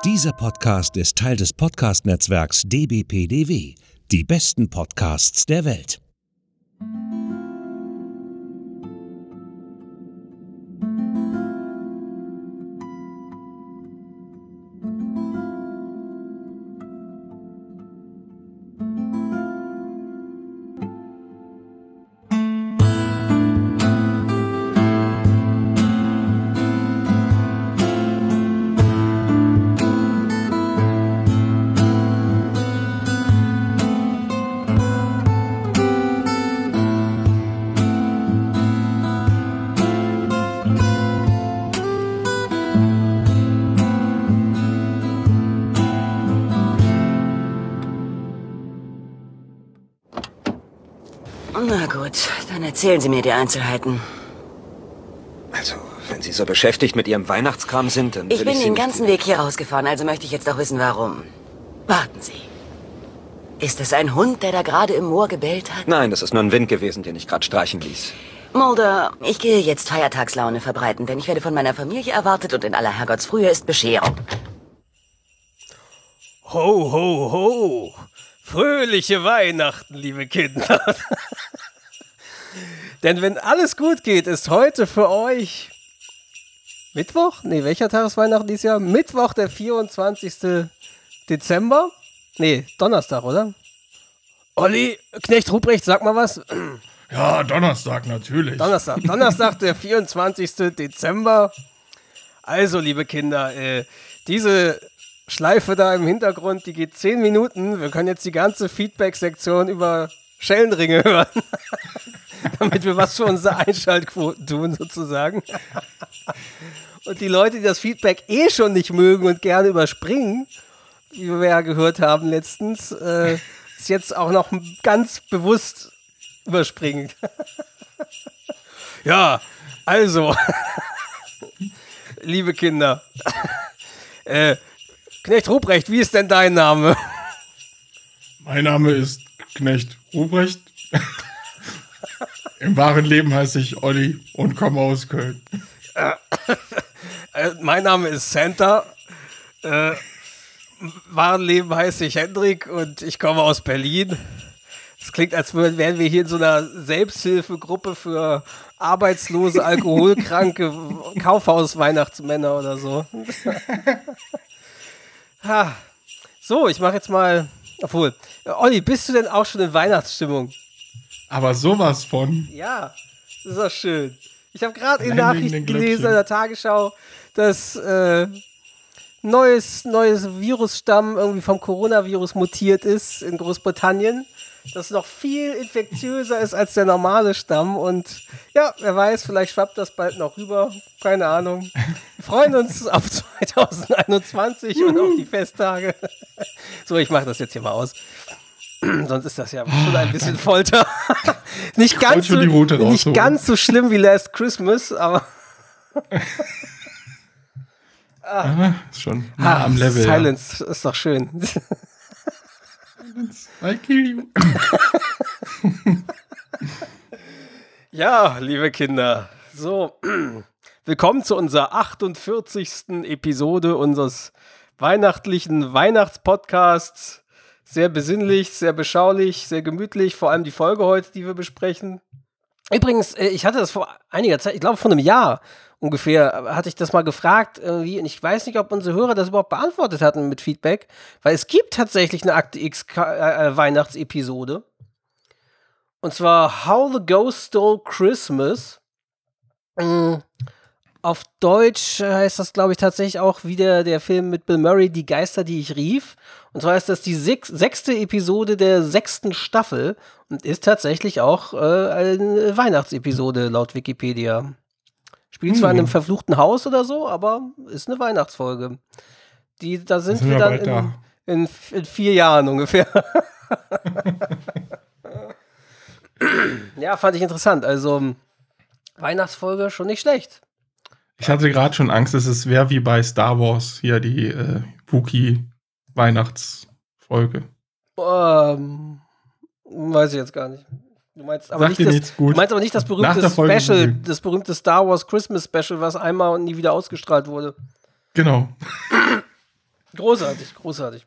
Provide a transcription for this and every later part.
Dieser Podcast ist Teil des Podcast-Netzwerks dbpdw. Die besten Podcasts der Welt. Na gut, dann erzählen Sie mir die Einzelheiten. Also, wenn Sie so beschäftigt mit Ihrem Weihnachtskram sind, dann Ich will bin ich Sie den nicht... ganzen Weg hier rausgefahren, also möchte ich jetzt auch wissen, warum. Warten Sie. Ist es ein Hund, der da gerade im Moor gebellt hat? Nein, das ist nur ein Wind gewesen, den ich gerade streichen ließ. Mulder, ich gehe jetzt Feiertagslaune verbreiten, denn ich werde von meiner Familie erwartet und in aller Herrgottsfrühe ist Bescherung. Ho, ho, ho! Fröhliche Weihnachten, liebe Kinder! Denn wenn alles gut geht, ist heute für euch Mittwoch? Nee, welcher Tag ist Weihnachten dieses Jahr? Mittwoch, der 24. Dezember? Nee, Donnerstag, oder? Olli, Knecht Ruprecht, sag mal was. Ja, Donnerstag natürlich. Donnerstag, der 24. Dezember. Also, liebe Kinder, diese Schleife da im Hintergrund, die geht 10 Minuten. Wir können jetzt die ganze Feedback-Sektion über Schellenringe hören. Damit wir was für unsere Einschaltquoten tun, sozusagen. Und die Leute, die das Feedback schon nicht mögen und gerne überspringen, wie wir ja gehört haben letztens, ist jetzt auch noch ganz bewusst überspringend. Ja, also, liebe Kinder, Knecht Ruprecht, wie ist denn dein Name? Mein Name ist Knecht Ruprecht. Im wahren Leben heiße ich Olli und komme aus Köln. Mein Name ist Santa. Im wahren Leben heiße ich Hendrik und ich komme aus Berlin. Es klingt, als wären wir hier in so einer Selbsthilfegruppe für arbeitslose, alkoholkranke Kaufhaus-Weihnachtsmänner oder so. So, ich mache jetzt mal... Obwohl, Olli, bist du denn auch schon in Weihnachtsstimmung? Aber sowas von. Ja, das ist doch schön. Ich habe gerade in Allein wegen Nachrichten den gelesen Glöckchen. in der Tagesschau, dass neues Virusstamm irgendwie vom Coronavirus mutiert ist in Großbritannien, das noch viel infektiöser ist als der normale Stamm und ja, wer weiß, vielleicht schwappt das bald noch rüber, keine Ahnung. Wir freuen uns auf 2021 und auf die Festtage. So, ich mache das jetzt hier mal aus. Sonst ist das ja schon ein bisschen Folter. Nicht ganz so schlimm wie Last Christmas, aber Ist schon nah am Level. Silence ist doch schön. I kill you. Ja, liebe Kinder, so, willkommen zu unserer 48. Episode unseres weihnachtlichen Weihnachtspodcasts. Sehr besinnlich, sehr beschaulich, sehr gemütlich, vor allem die Folge heute, die wir besprechen. Übrigens, ich hatte das vor einiger Zeit, ich glaube vor einem Jahr ungefähr, hatte ich das mal gefragt irgendwie und ich weiß nicht, ob unsere Hörer das überhaupt beantwortet hatten mit Feedback, weil es gibt tatsächlich eine Akte X Weihnachtsepisode. Und zwar How the Ghost Stole Christmas. Auf Deutsch heißt das, glaube ich, tatsächlich auch wieder der Film mit Bill Murray, Die Geister, die ich rief. Und zwar ist das die 6. Episode der 6. Staffel und ist tatsächlich auch eine Weihnachtsepisode laut Wikipedia. Spielt zwar in einem verfluchten Haus oder so, aber ist eine Weihnachtsfolge. Da sind wir dann in 4 Jahren ungefähr. Ja, fand ich interessant. Also Weihnachtsfolge schon nicht schlecht. Ich hatte gerade schon Angst, dass es wäre wie bei Star Wars, hier die Wookie-Weihnachtsfolge. Weiß ich jetzt gar nicht. Du meinst aber nicht das berühmte Special, das berühmte Star Wars Christmas Special, was einmal und nie wieder ausgestrahlt wurde. Genau. Großartig, großartig.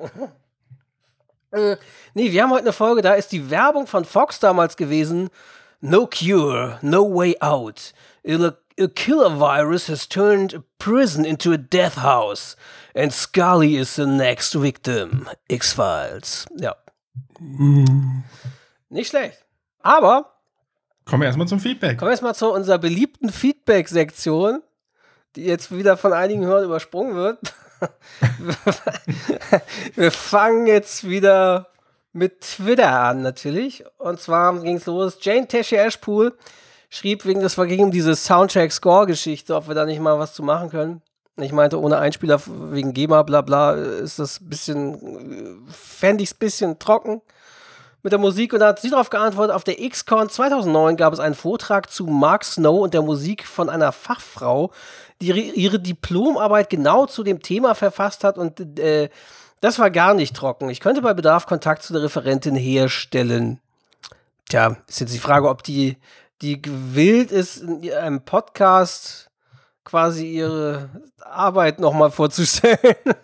Nee, wir haben heute eine Folge, da ist die Werbung von Fox damals gewesen. No cure, no way out. A killer virus has turned a prison into a death house. And Scully is the next victim. X-Files. Ja. Nicht schlecht. Aber Kommen wir erstmal zum Feedback. kommen wir erstmal zu unserer beliebten Feedback-Sektion, die jetzt wieder von einigen Hörern übersprungen wird. Wir fangen jetzt wieder mit Twitter an, natürlich. Und zwar ging es los. Jane Tashi Ashpool schrieb, das ging um diese Soundtrack-Score-Geschichte, ob wir da nicht mal was zu machen können. Ich meinte, ohne Einspieler wegen GEMA, bla bla, ist das fände ich es ein bisschen trocken mit der Musik. Und da hat sie darauf geantwortet, auf der XCon 2009 gab es einen Vortrag zu Mark Snow und der Musik von einer Fachfrau, die ihre Diplomarbeit genau zu dem Thema verfasst hat und das war gar nicht trocken. Ich könnte bei Bedarf Kontakt zu der Referentin herstellen. Tja, ist jetzt die Frage, ob die gewillt ist, in einem Podcast quasi ihre Arbeit nochmal vorzustellen.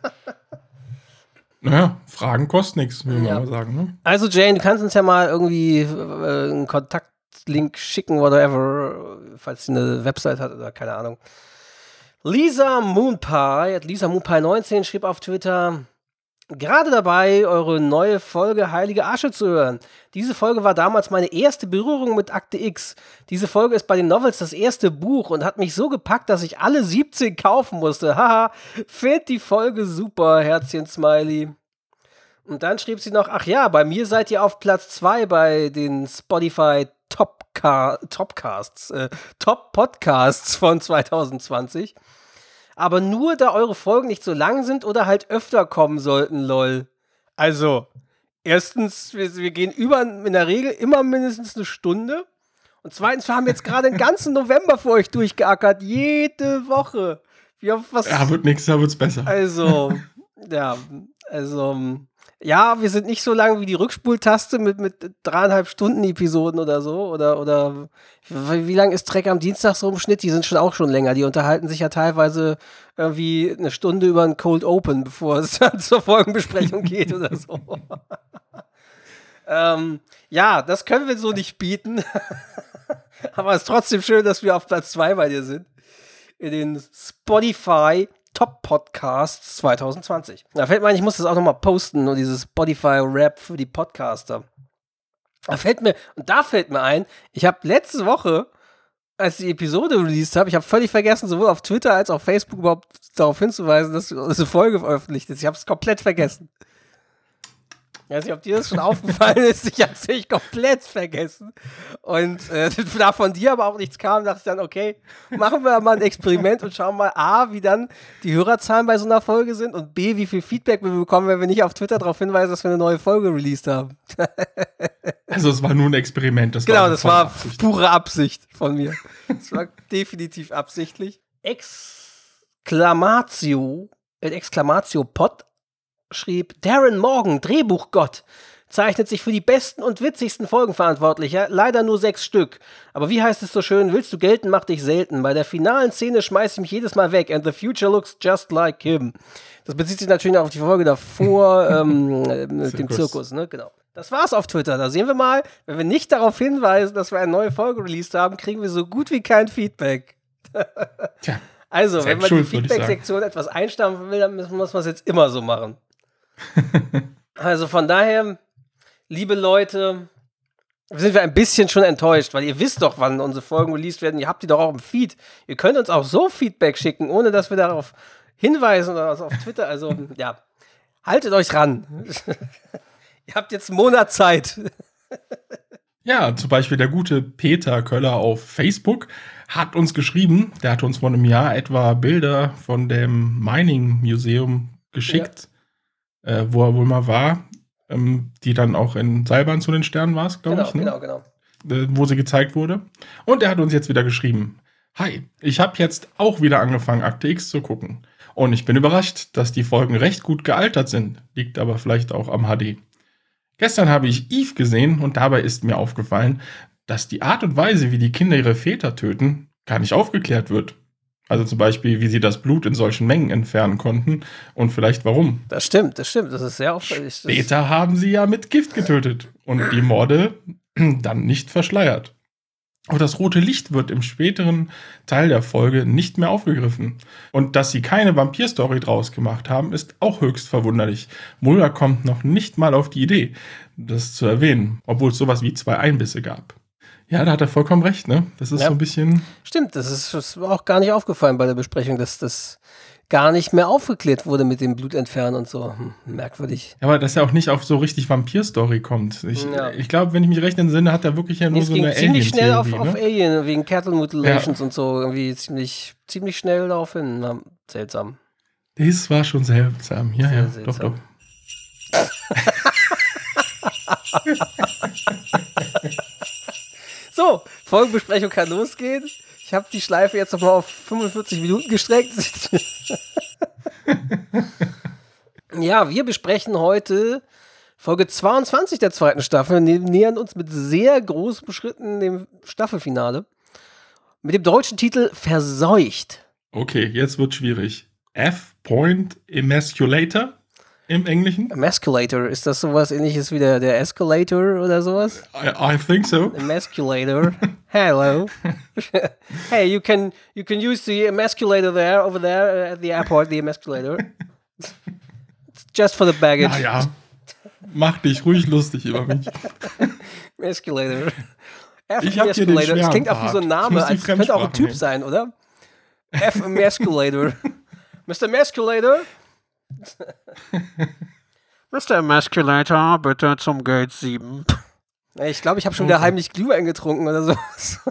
Naja, Fragen kosten nichts, will Ja. man mal sagen. Ne? Also Jane, du kannst uns ja mal irgendwie einen Kontaktlink schicken, whatever, falls sie eine Website hat oder keine Ahnung. Lisa Moonpie 19 schrieb auf Twitter: Gerade dabei, eure neue Folge Heilige Asche zu hören. Diese Folge war damals meine erste Berührung mit Akte X. Diese Folge ist bei den Novels das erste Buch und hat mich so gepackt, dass ich alle 17 kaufen musste. Haha, find die Folge super, Herzchen Smiley. Und dann schrieb sie noch, ach ja, bei mir seid ihr auf Platz 2 bei den Spotify Top Podcasts von 2020. Aber nur, da eure Folgen nicht so lang sind oder halt öfter kommen sollten, lol. Also, erstens, wir gehen in der Regel immer mindestens eine Stunde. Und zweitens, wir haben jetzt gerade den ganzen November für euch durchgeackert. Jede Woche. Ja, wird nichts, da wird's besser. Also, ja, wir sind nicht so lang wie die Rückspultaste mit 3,5 Stunden Episoden oder so. Oder wie lang ist Trek am Dienstag so im Schnitt? Die sind auch schon länger. Die unterhalten sich ja teilweise irgendwie eine Stunde über ein Cold Open, bevor es dann zur Folgenbesprechung geht oder so. Ja, das können wir so nicht bieten. Aber es ist trotzdem schön, dass wir auf Platz 2 bei dir sind. In den Spotify Top Podcasts 2020. Da fällt mir ein, ich muss das auch nochmal posten, nur dieses Spotify-Rap für die Podcaster. Da fällt mir ein, ich habe letzte Woche, als ich die Episode released habe, ich habe völlig vergessen, sowohl auf Twitter als auch auf Facebook überhaupt darauf hinzuweisen, dass eine Folge veröffentlicht ist. Ich habe es komplett vergessen. Ich weiß nicht, ob dir das schon aufgefallen ist. Ich habe es wirklich komplett vergessen. Und da von dir aber auch nichts kam, dachte ich dann, okay, machen wir mal ein Experiment und schauen mal A, wie dann die Hörerzahlen bei so einer Folge sind und B, wie viel Feedback wir bekommen, wenn wir nicht auf Twitter darauf hinweisen, dass wir eine neue Folge released haben. Also es war nur ein Experiment. Das war pure Absicht von mir. Das war definitiv absichtlich. Exklamatio Pod schrieb, Darren Morgan, Drehbuchgott, zeichnet sich für die besten und witzigsten Folgen verantwortlich. Ja, leider nur 6 Stück. Aber wie heißt es so schön, willst du gelten, mach dich selten. Bei der finalen Szene schmeiß ich mich jedes Mal weg. And the future looks just like him. Das bezieht sich natürlich auf die Folge davor mit dem Zirkus, ne? Genau. Das war's auf Twitter. Da sehen wir mal, wenn wir nicht darauf hinweisen, dass wir eine neue Folge released haben, kriegen wir so gut wie kein Feedback. Tja, also, wenn man die Feedback-Sektion etwas einstampfen will, dann muss man es jetzt immer so machen. Also von daher, liebe Leute, sind wir ein bisschen schon enttäuscht, weil ihr wisst doch, wann unsere Folgen released werden. Ihr habt die doch auch im Feed. Ihr könnt uns auch so Feedback schicken, ohne dass wir darauf hinweisen oder was auf Twitter. Also, ja, haltet euch ran. Ihr habt jetzt einen Monat Zeit. Ja, zum Beispiel der gute Peter Köller auf Facebook hat uns geschrieben, der hat uns vor einem Jahr etwa Bilder von dem Mining Museum geschickt, wo er wohl mal war, die dann auch in Seilbahn zu den Sternen war, glaube ich. Ne? Genau. Wo sie gezeigt wurde. Und er hat uns jetzt wieder geschrieben, hi, ich habe jetzt auch wieder angefangen, Akte X zu gucken. Und ich bin überrascht, dass die Folgen recht gut gealtert sind. Liegt aber vielleicht auch am HD. Gestern habe ich Eve gesehen und dabei ist mir aufgefallen, dass die Art und Weise, wie die Kinder ihre Väter töten, gar nicht aufgeklärt wird. Also zum Beispiel, wie sie das Blut in solchen Mengen entfernen konnten und vielleicht warum. Das stimmt. Das ist sehr auffällig. Später haben sie ja mit Gift getötet und die Morde dann nicht verschleiert. Aber das rote Licht wird im späteren Teil der Folge nicht mehr aufgegriffen. Und dass sie keine Vampir-Story draus gemacht haben, ist auch höchst verwunderlich. Mulder kommt noch nicht mal auf die Idee, das zu erwähnen, obwohl es sowas wie 2 Einbisse gab. Ja, da hat er vollkommen recht, ne? Das ist so ein bisschen... Stimmt, das ist mir auch gar nicht aufgefallen bei der Besprechung, dass das gar nicht mehr aufgeklärt wurde mit dem Blutentfernen und so. Merkwürdig. Ja, aber dass er auch nicht auf so richtig Vampir-Story kommt. Ich glaube, wenn ich mich recht entsinne, hat er wirklich ja nur so eine Alien-Theorie. Ziemlich schnell auf Alien, wegen Cattle Mutilations und so. Irgendwie ziemlich schnell darauf hin. Na, seltsam. Das war schon seltsam. Ja, Sehr ja, seltsam. doch. So, Folgenbesprechung kann losgehen. Ich habe die Schleife jetzt nochmal auf 45 Minuten gestreckt. Ja, wir besprechen heute Folge 22 der 2. Staffel. Wir nähern uns mit sehr großen Schritten dem Staffelfinale. Mit dem deutschen Titel Verseucht. Okay, jetzt wird schwierig. F-Point Emasculator im Englischen? Emasculator, ist das sowas ähnliches wie der Escalator oder sowas? I think so. Emasculator. Hello. Hey, you can use the emasculator over there at the airport, the emasculator. It's just for the baggage. Naja, mach dich ruhig lustig über mich. Emasculator. Ich hab hier den schweren Das klingt auch wie so ein Name, als könnte auch ein Typ sein, oder? F-Emasculator. Mr. Emasculator? Mr. Emasculator, bitte zum Gate 7. Ich glaube, ich habe schon wieder heimlich Glühwein getrunken oder so.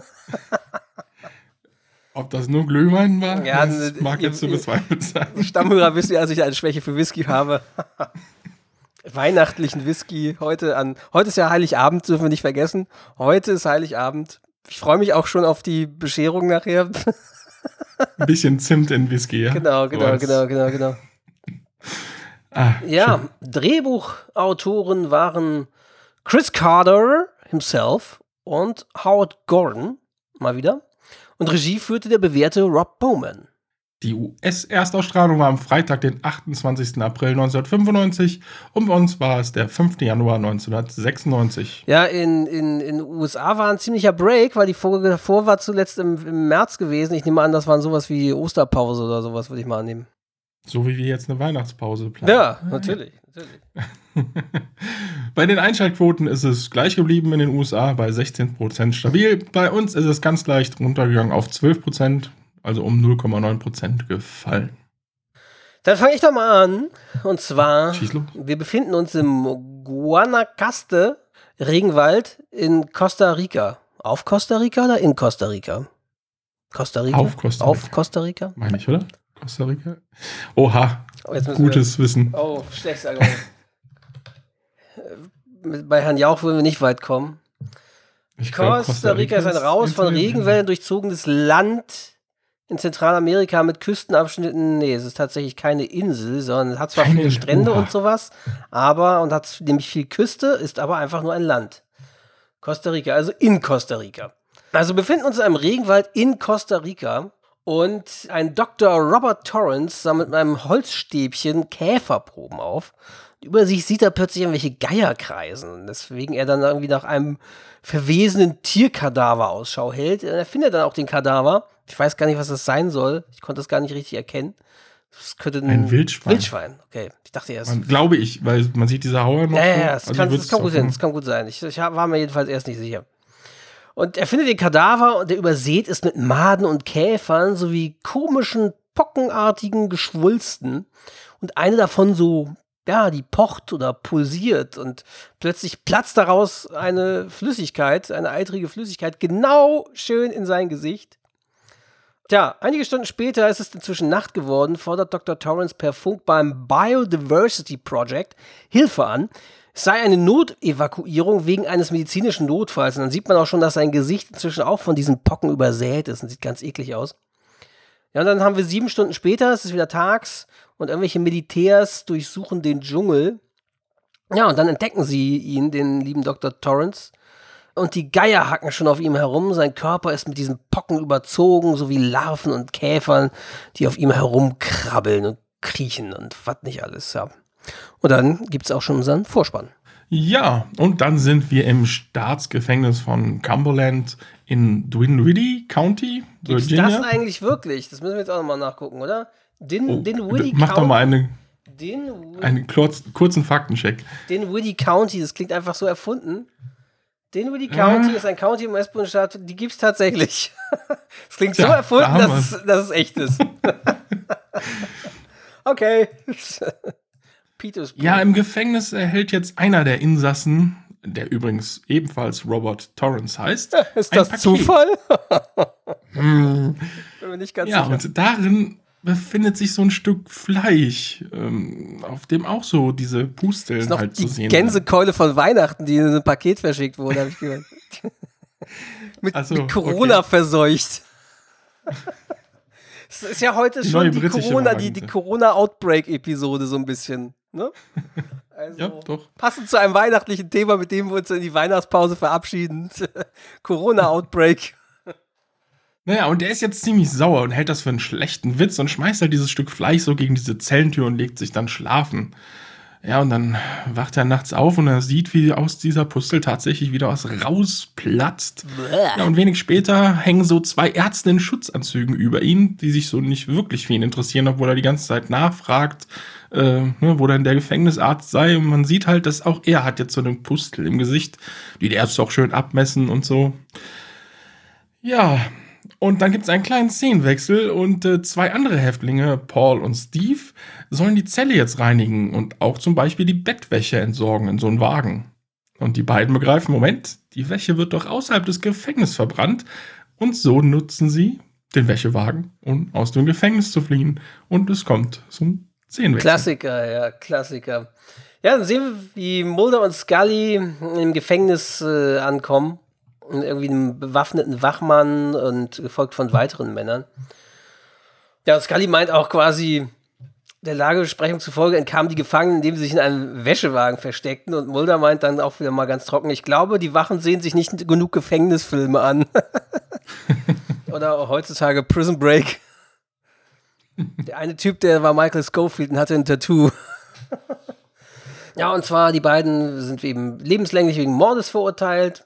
Ob das nur Glühwein war? Ja, das mag jetzt zu bezweifelt sein. Stammhörer wissen ja, dass ich eine Schwäche für Whisky habe. Weihnachtlichen Whisky. Heute ist ja Heiligabend, dürfen wir nicht vergessen. Heute ist Heiligabend. Ich freue mich auch schon auf die Bescherung nachher. Ein bisschen Zimt in Whisky, ja? Genau. Ja, schön. Drehbuchautoren waren Chris Carter himself und Howard Gordon, mal wieder. Und Regie führte der bewährte Rob Bowman. Die US-Erstausstrahlung war am Freitag, den 28. April 1995 und bei uns war es der 5. Januar 1996. Ja, in den USA war ein ziemlicher Break, weil die Folge davor war zuletzt im März gewesen. Ich nehme an, das waren sowas wie Osterpause oder sowas, würde ich mal annehmen. So wie wir jetzt eine Weihnachtspause planen. Ja, natürlich. Bei den Einschaltquoten ist es gleich geblieben in den USA bei 16% stabil. Bei uns ist es ganz leicht runtergegangen auf 12%. Also um 0,9% gefallen. Dann fange ich doch mal an. Und zwar, wir befinden uns im Guanacaste Regenwald in Costa Rica. Auf Costa Rica oder in Costa Rica? Costa Rica? Auf Costa Rica. Auf Costa Rica? Meine ich, oder? Costa Rica? Oha, gutes Wissen. Oh, schlechtes Argument. Bei Herrn Jauch würden wir nicht weit kommen. Costa Rica ist ein raus von Regenwäldern durchzogenes Land in Zentralamerika mit Küstenabschnitten. Nee, es ist tatsächlich keine Insel, sondern es hat zwar viele Strände und sowas, und hat nämlich viel Küste, ist aber einfach nur ein Land. Costa Rica, also in Costa Rica. Also befinden uns in einem Regenwald in Costa Rica und ein Dr. Robert Torrance sammelt mit einem Holzstäbchen Käferproben auf. Über sich sieht er plötzlich irgendwelche Geier kreisen, deswegen er dann irgendwie nach einem verwesenen Tierkadaver Ausschau hält. Er findet dann auch den Kadaver. Ich weiß gar nicht, was das sein soll. Ich konnte das gar nicht richtig erkennen. Das könnte ein Wildschwein. Wildschwein, okay. Ich dachte erst. Glaube ich, weil man sieht diese Hauer noch. Ja, das kann gut sein. Ich war mir jedenfalls erst nicht sicher. Und er findet den Kadaver und der übersät ist mit Maden und Käfern sowie komischen, pockenartigen Geschwulsten. Und eine davon so, ja, die pocht oder pulsiert und plötzlich platzt daraus eine Flüssigkeit, eine eitrige Flüssigkeit, genau schön in sein Gesicht. Tja, einige Stunden später ist es inzwischen Nacht geworden, fordert Dr. Torrance per Funk beim Biodiversity Project Hilfe an. Es sei eine Notevakuierung wegen eines medizinischen Notfalls. Und dann sieht man auch schon, dass sein Gesicht inzwischen auch von diesen Pocken übersät ist und sieht ganz eklig aus. Ja, und dann haben wir 7 Stunden später, es ist wieder tags und irgendwelche Militärs durchsuchen den Dschungel. Ja, und dann entdecken sie ihn, den lieben Dr. Torrance. und die Geier hacken schon auf ihm herum. Sein Körper ist mit diesen Pocken überzogen, sowie Larven und Käfern, die auf ihm herumkrabbeln und kriechen und was nicht alles. Ja. Und dann gibt's auch schon unseren Vorspann. Ja, und dann sind wir im Staatsgefängnis von Cumberland in Dinwiddie County, Virginia. Gibt's das eigentlich wirklich? Das müssen wir jetzt auch nochmal nachgucken, oder? Dinwiddie Mach County. doch mal einen kurzen Faktencheck. Dinwiddie County, das klingt einfach so erfunden. Dinwiddie County ist ein County im US-Bundesstaat, die gibt's tatsächlich. Das klingt so erfunden, dass es echt ist. Okay. Petersburg. Ja, im Gefängnis erhält jetzt einer der Insassen, der übrigens ebenfalls Robert Torrance heißt, ist ein das Paket. Zufall? Bin mir nicht ganz Ja, sicher. und darin befindet sich so ein Stück Fleisch, auf dem auch so diese Pusteln ist noch halt die zu sehen Gänsekeule von Weihnachten, die in einem Paket verschickt wurde, habe ich gehört. mit Corona verseucht. Es ist ja heute Die schon neue die britische Variante. Corona-Outbreak-Episode so ein bisschen. Ne? Also, Ja, doch. passend zu einem weihnachtlichen Thema, mit dem wir uns in die Weihnachtspause verabschieden. Corona-Outbreak. Naja, und der ist jetzt ziemlich sauer und hält das für einen schlechten Witz und schmeißt halt dieses Stück Fleisch so gegen diese Zellentür und legt sich dann schlafen. Ja, und dann wacht er nachts auf und er sieht, wie aus dieser Pustel tatsächlich wieder was rausplatzt. Ja, und wenig später hängen so 2 Ärzte in Schutzanzügen über ihn, die sich so nicht wirklich für ihn interessieren, obwohl er die ganze Zeit nachfragt, wo denn der Gefängnisarzt sei. Und man sieht halt, dass auch er hat jetzt so eine Pustel im Gesicht, die Ärzte auch schön abmessen und so. Ja, und dann gibt es einen kleinen Szenenwechsel und 2 andere Häftlinge, Paul und Steve, sollen die Zelle jetzt reinigen und auch zum Beispiel die Bettwäsche entsorgen in so einen Wagen. Und die beiden begreifen, Moment, die Wäsche wird doch außerhalb des Gefängnisses verbrannt. Und so nutzen sie den Wäschewagen, um aus dem Gefängnis zu fliehen. Und es kommt zum Szenenwechsel. Klassiker. Ja, dann sehen wir, wie Mulder und Scully im Gefängnis ankommen. Und irgendwie einen bewaffneten Wachmann und gefolgt von weiteren Männern. Ja, und Scully meint auch quasi, der Lagebesprechung zufolge entkamen die Gefangenen, indem sie sich in einem Wäschewagen versteckten. Und Mulder meint dann auch wieder mal ganz trocken, ich glaube, die Wachen sehen sich nicht genug Gefängnisfilme an. Oder auch heutzutage Prison Break. Der eine Typ, der war Michael Scofield und hatte ein Tattoo. Ja, und zwar die beiden sind eben lebenslänglich wegen Mordes verurteilt.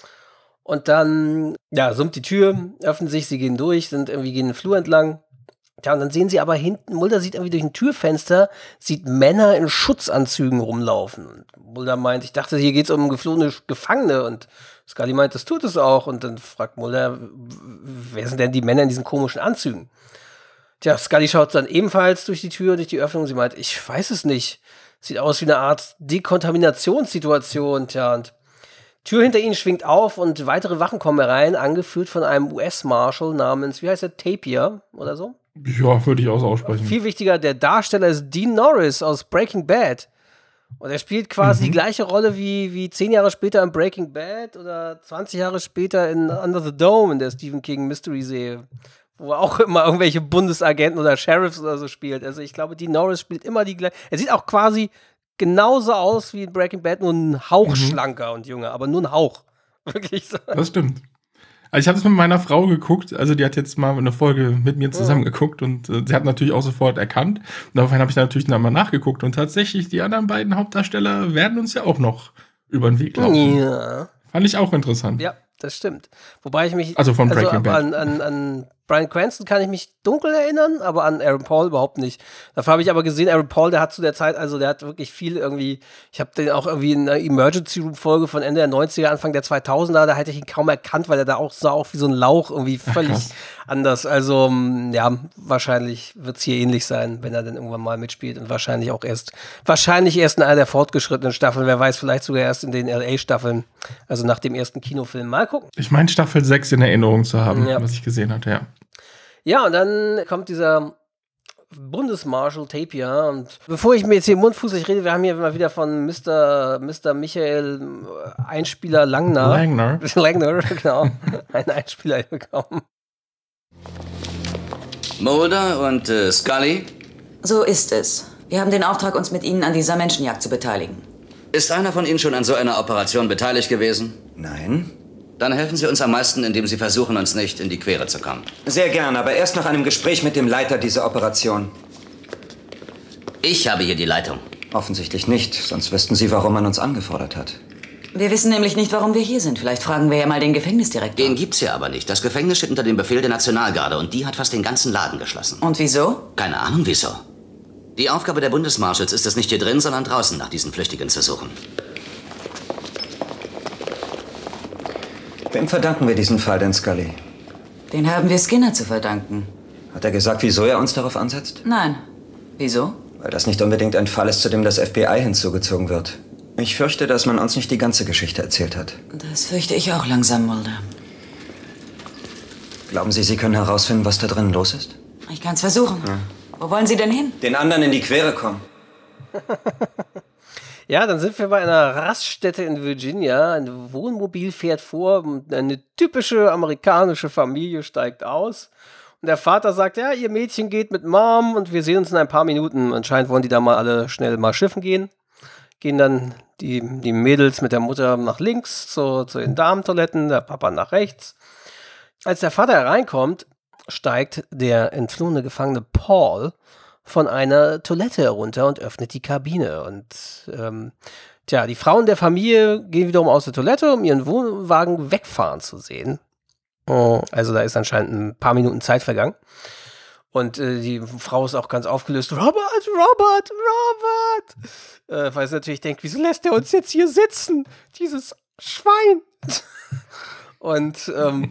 Und dann, ja, summt die Tür, öffnet sich, sie gehen durch, gehen den Flur entlang. Ja, und dann sehen sie aber hinten, Mulder sieht irgendwie durch ein Türfenster, sieht Männer in Schutzanzügen rumlaufen. Und Mulder meint, ich dachte, hier geht's um geflohene Gefangene. Und Scully meint, das tut es auch. Und dann fragt Mulder, wer sind denn die Männer in diesen komischen Anzügen? Tja, Scully schaut dann ebenfalls durch die Tür, durch die Öffnung. Sie meint, ich weiß es nicht. Sieht aus wie eine Art Dekontaminationssituation. Tja, und Tür hinter ihnen schwingt auf und weitere Wachen kommen herein, angeführt von einem US-Marshal namens, wie heißt der, Tapia oder so? Ja, würde ich auch so aussprechen. Viel wichtiger, der Darsteller ist Dean Norris aus Breaking Bad. Und er spielt quasi die gleiche Rolle wie 10 Jahre später in Breaking Bad oder 20 Jahre später in Under the Dome in der Stephen King Mystery-Serie, wo er auch immer irgendwelche Bundesagenten oder Sheriffs oder so spielt. Also ich glaube, Dean Norris spielt immer die gleiche. Er sieht auch quasi genauso aus wie in Breaking Bad, nur ein Hauch schlanker und jünger, aber nur ein Hauch. Wirklich so. Das stimmt. Also ich habe es mit meiner Frau geguckt, also die hat jetzt mal eine Folge mit mir zusammen geguckt und sie hat natürlich auch sofort erkannt. Und daraufhin habe ich natürlich nochmal nachgeguckt und tatsächlich, die anderen beiden Hauptdarsteller werden uns ja auch noch über den Weg laufen. Ja. Fand ich auch interessant. Ja, das stimmt. Wobei ich mich, Also von Breaking Bad. An Bryan Cranston kann ich mich dunkel erinnern, aber an Aaron Paul überhaupt nicht. Dafür habe ich aber gesehen, Aaron Paul, der hat zu der Zeit, also der hat wirklich viel irgendwie, ich habe den auch irgendwie in einer Emergency Room Folge von Ende der 90er, Anfang der 2000er, da hätte ich ihn kaum erkannt, weil er da auch sah auch wie so ein Lauch, irgendwie völlig anders. Also ja, wahrscheinlich wird es hier ähnlich sein, wenn er dann irgendwann mal mitspielt und wahrscheinlich erst in einer der fortgeschrittenen Staffeln, wer weiß, vielleicht sogar erst in den LA-Staffeln, also nach dem ersten Kinofilm. Mal gucken. Ich meine Staffel 6 in Erinnerung zu haben, was ich gesehen hatte, ja. Ja, und dann kommt dieser Bundesmarshal Tapia. Und bevor ich mir jetzt hier mundfußig rede, wir haben hier mal wieder von Mr. Michael Einspieler Langner, genau, einen Einspieler bekommen. Mulder und Scully? So ist es. Wir haben den Auftrag, uns mit Ihnen an dieser Menschenjagd zu beteiligen. Ist einer von Ihnen schon an so einer Operation beteiligt gewesen? Nein. Dann helfen Sie uns am meisten, indem Sie versuchen, uns nicht in die Quere zu kommen. Sehr gern, aber erst nach einem Gespräch mit dem Leiter dieser Operation. Ich habe hier die Leitung. Offensichtlich nicht, sonst wüssten Sie, warum man uns angefordert hat. Wir wissen nämlich nicht, warum wir hier sind. Vielleicht fragen wir ja mal den Gefängnisdirektor. Den gibt's hier aber nicht. Das Gefängnis steht unter dem Befehl der Nationalgarde und die hat fast den ganzen Laden geschlossen. Und wieso? Keine Ahnung, wieso. Die Aufgabe der Bundesmarshals ist es nicht hier drin, sondern draußen nach diesen Flüchtigen zu suchen. Wem verdanken wir diesen Fall denn, Scully? Den haben wir Skinner zu verdanken. Hat er gesagt, wieso er uns darauf ansetzt? Nein. Wieso? Weil das nicht unbedingt ein Fall ist, zu dem das FBI hinzugezogen wird. Ich fürchte, dass man uns nicht die ganze Geschichte erzählt hat. Das fürchte ich auch langsam, Mulder. Glauben Sie, Sie können herausfinden, was da drin los ist? Ich kann's versuchen. Ja. Wo wollen Sie denn hin? Den anderen in die Quere kommen. Ja, dann sind wir bei einer Raststätte in Virginia. Ein Wohnmobil fährt vor. Eine typische amerikanische Familie steigt aus. Und der Vater sagt, ja, ihr Mädchen geht mit Mom und wir sehen uns in ein paar Minuten. Anscheinend wollen die da mal alle schnell mal schiffen gehen. Gehen dann die Mädels mit der Mutter nach links zu den Damentoiletten, der Papa nach rechts. Als der Vater hereinkommt, steigt der entflohene Gefangene Paul von einer Toilette herunter und öffnet die Kabine. Und die Frauen der Familie gehen wiederum aus der Toilette, um ihren Wohnwagen wegfahren zu sehen. Also da ist anscheinend ein paar Minuten Zeit vergangen. Und die Frau ist auch ganz aufgelöst. Robert! Weil sie natürlich denkt, wieso lässt er uns jetzt hier sitzen? Dieses Schwein! Und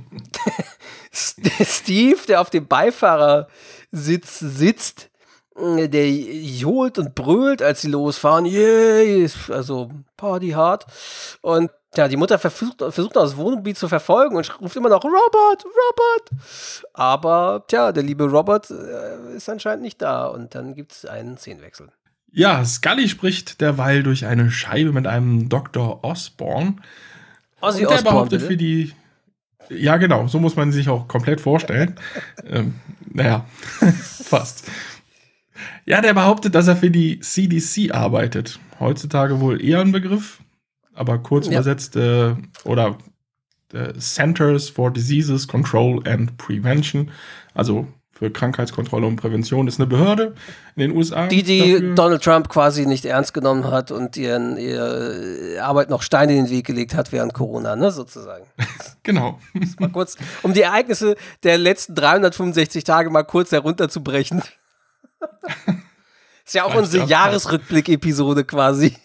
Steve, der auf dem Beifahrersitz sitzt, der johlt und brüllt, als sie losfahren. Yay! Also Party hard. Und ja, die Mutter versucht das Wohnmobil zu verfolgen und ruft immer noch Robert! Aber der liebe Robert ist anscheinend nicht da. Und dann gibt es einen Szenenwechsel. Ja, Scully spricht derweil durch eine Scheibe mit einem Dr. Osborn. Ozzy und der Osbourne, behauptet bitte? für die... Ja, genau, so muss man sich auch komplett vorstellen. Fast. Ja, der behauptet, dass er für die CDC arbeitet. Heutzutage wohl eher ein Begriff, aber kurz übersetzt Centers for Diseases Control and Prevention, also für Krankheitskontrolle und Prävention, ist eine Behörde in den USA. Die Donald Trump quasi nicht ernst genommen hat und ihre Arbeit noch Steine in den Weg gelegt hat während Corona, ne, sozusagen. Genau. Mal kurz, um die Ereignisse der letzten 365 Tage mal kurz herunterzubrechen. Ist ja auch unsere Jahresrückblick-Episode quasi.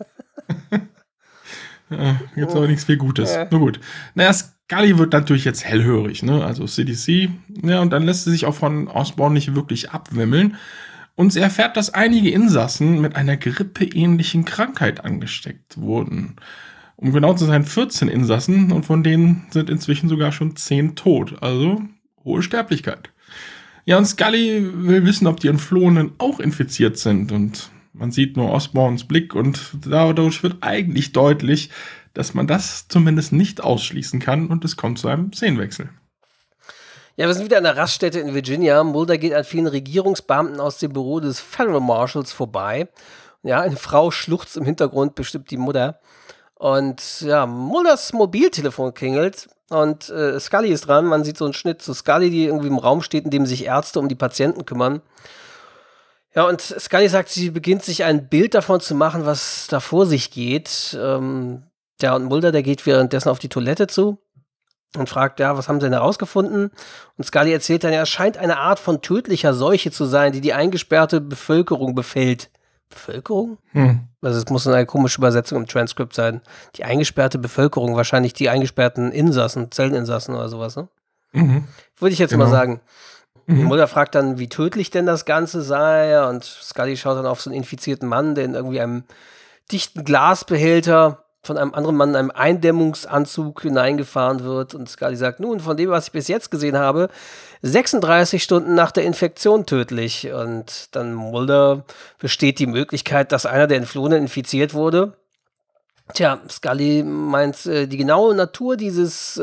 Ja, gibt's aber nichts viel Gutes. Nur gut. Naja, Scully wird natürlich jetzt hellhörig, ne? Also CDC. Ja, und dann lässt sie sich auch von Osborn nicht wirklich abwimmeln. Und sie erfährt, dass einige Insassen mit einer grippeähnlichen Krankheit angesteckt wurden. Um genau zu sein, 14 Insassen. Und von denen sind inzwischen sogar schon 10 tot. Also hohe Sterblichkeit. Ja, und Scully will wissen, ob die Entflohenen auch infiziert sind. Und man sieht nur Osborns Blick und dadurch wird eigentlich deutlich, dass man das zumindest nicht ausschließen kann und es kommt zu einem Szenenwechsel. Ja, wir sind wieder an der Raststätte in Virginia. Mulder geht an vielen Regierungsbeamten aus dem Büro des Federal Marshals vorbei. Ja, eine Frau schluchzt im Hintergrund, bestimmt die Mutter. Und ja, Mulders Mobiltelefon klingelt und Scully ist dran. Man sieht so einen Schnitt zu Scully, die irgendwie im Raum steht, in dem sich Ärzte um die Patienten kümmern. Ja, und Scully sagt, sie beginnt sich ein Bild davon zu machen, was da vor sich geht. Und Mulder, der geht währenddessen auf die Toilette zu und fragt, ja, was haben sie denn herausgefunden? Und Scully erzählt dann, ja, es scheint eine Art von tödlicher Seuche zu sein, die eingesperrte Bevölkerung befällt. Bevölkerung? Also es muss eine komische Übersetzung im Transkript sein. Die eingesperrte Bevölkerung, wahrscheinlich die eingesperrten Insassen, Zelleninsassen oder sowas, ne? Würde ich jetzt mal sagen. Mulder fragt dann, wie tödlich denn das Ganze sei, und Scully schaut dann auf so einen infizierten Mann, der in irgendwie einem dichten Glasbehälter von einem anderen Mann in einem Eindämmungsanzug hineingefahren wird, und Scully sagt, nun, von dem, was ich bis jetzt gesehen habe, 36 Stunden nach der Infektion tödlich. Und dann Mulder besteht die Möglichkeit, dass einer der Entflohenen infiziert wurde. Tja, Scully meint, die genaue Natur dieses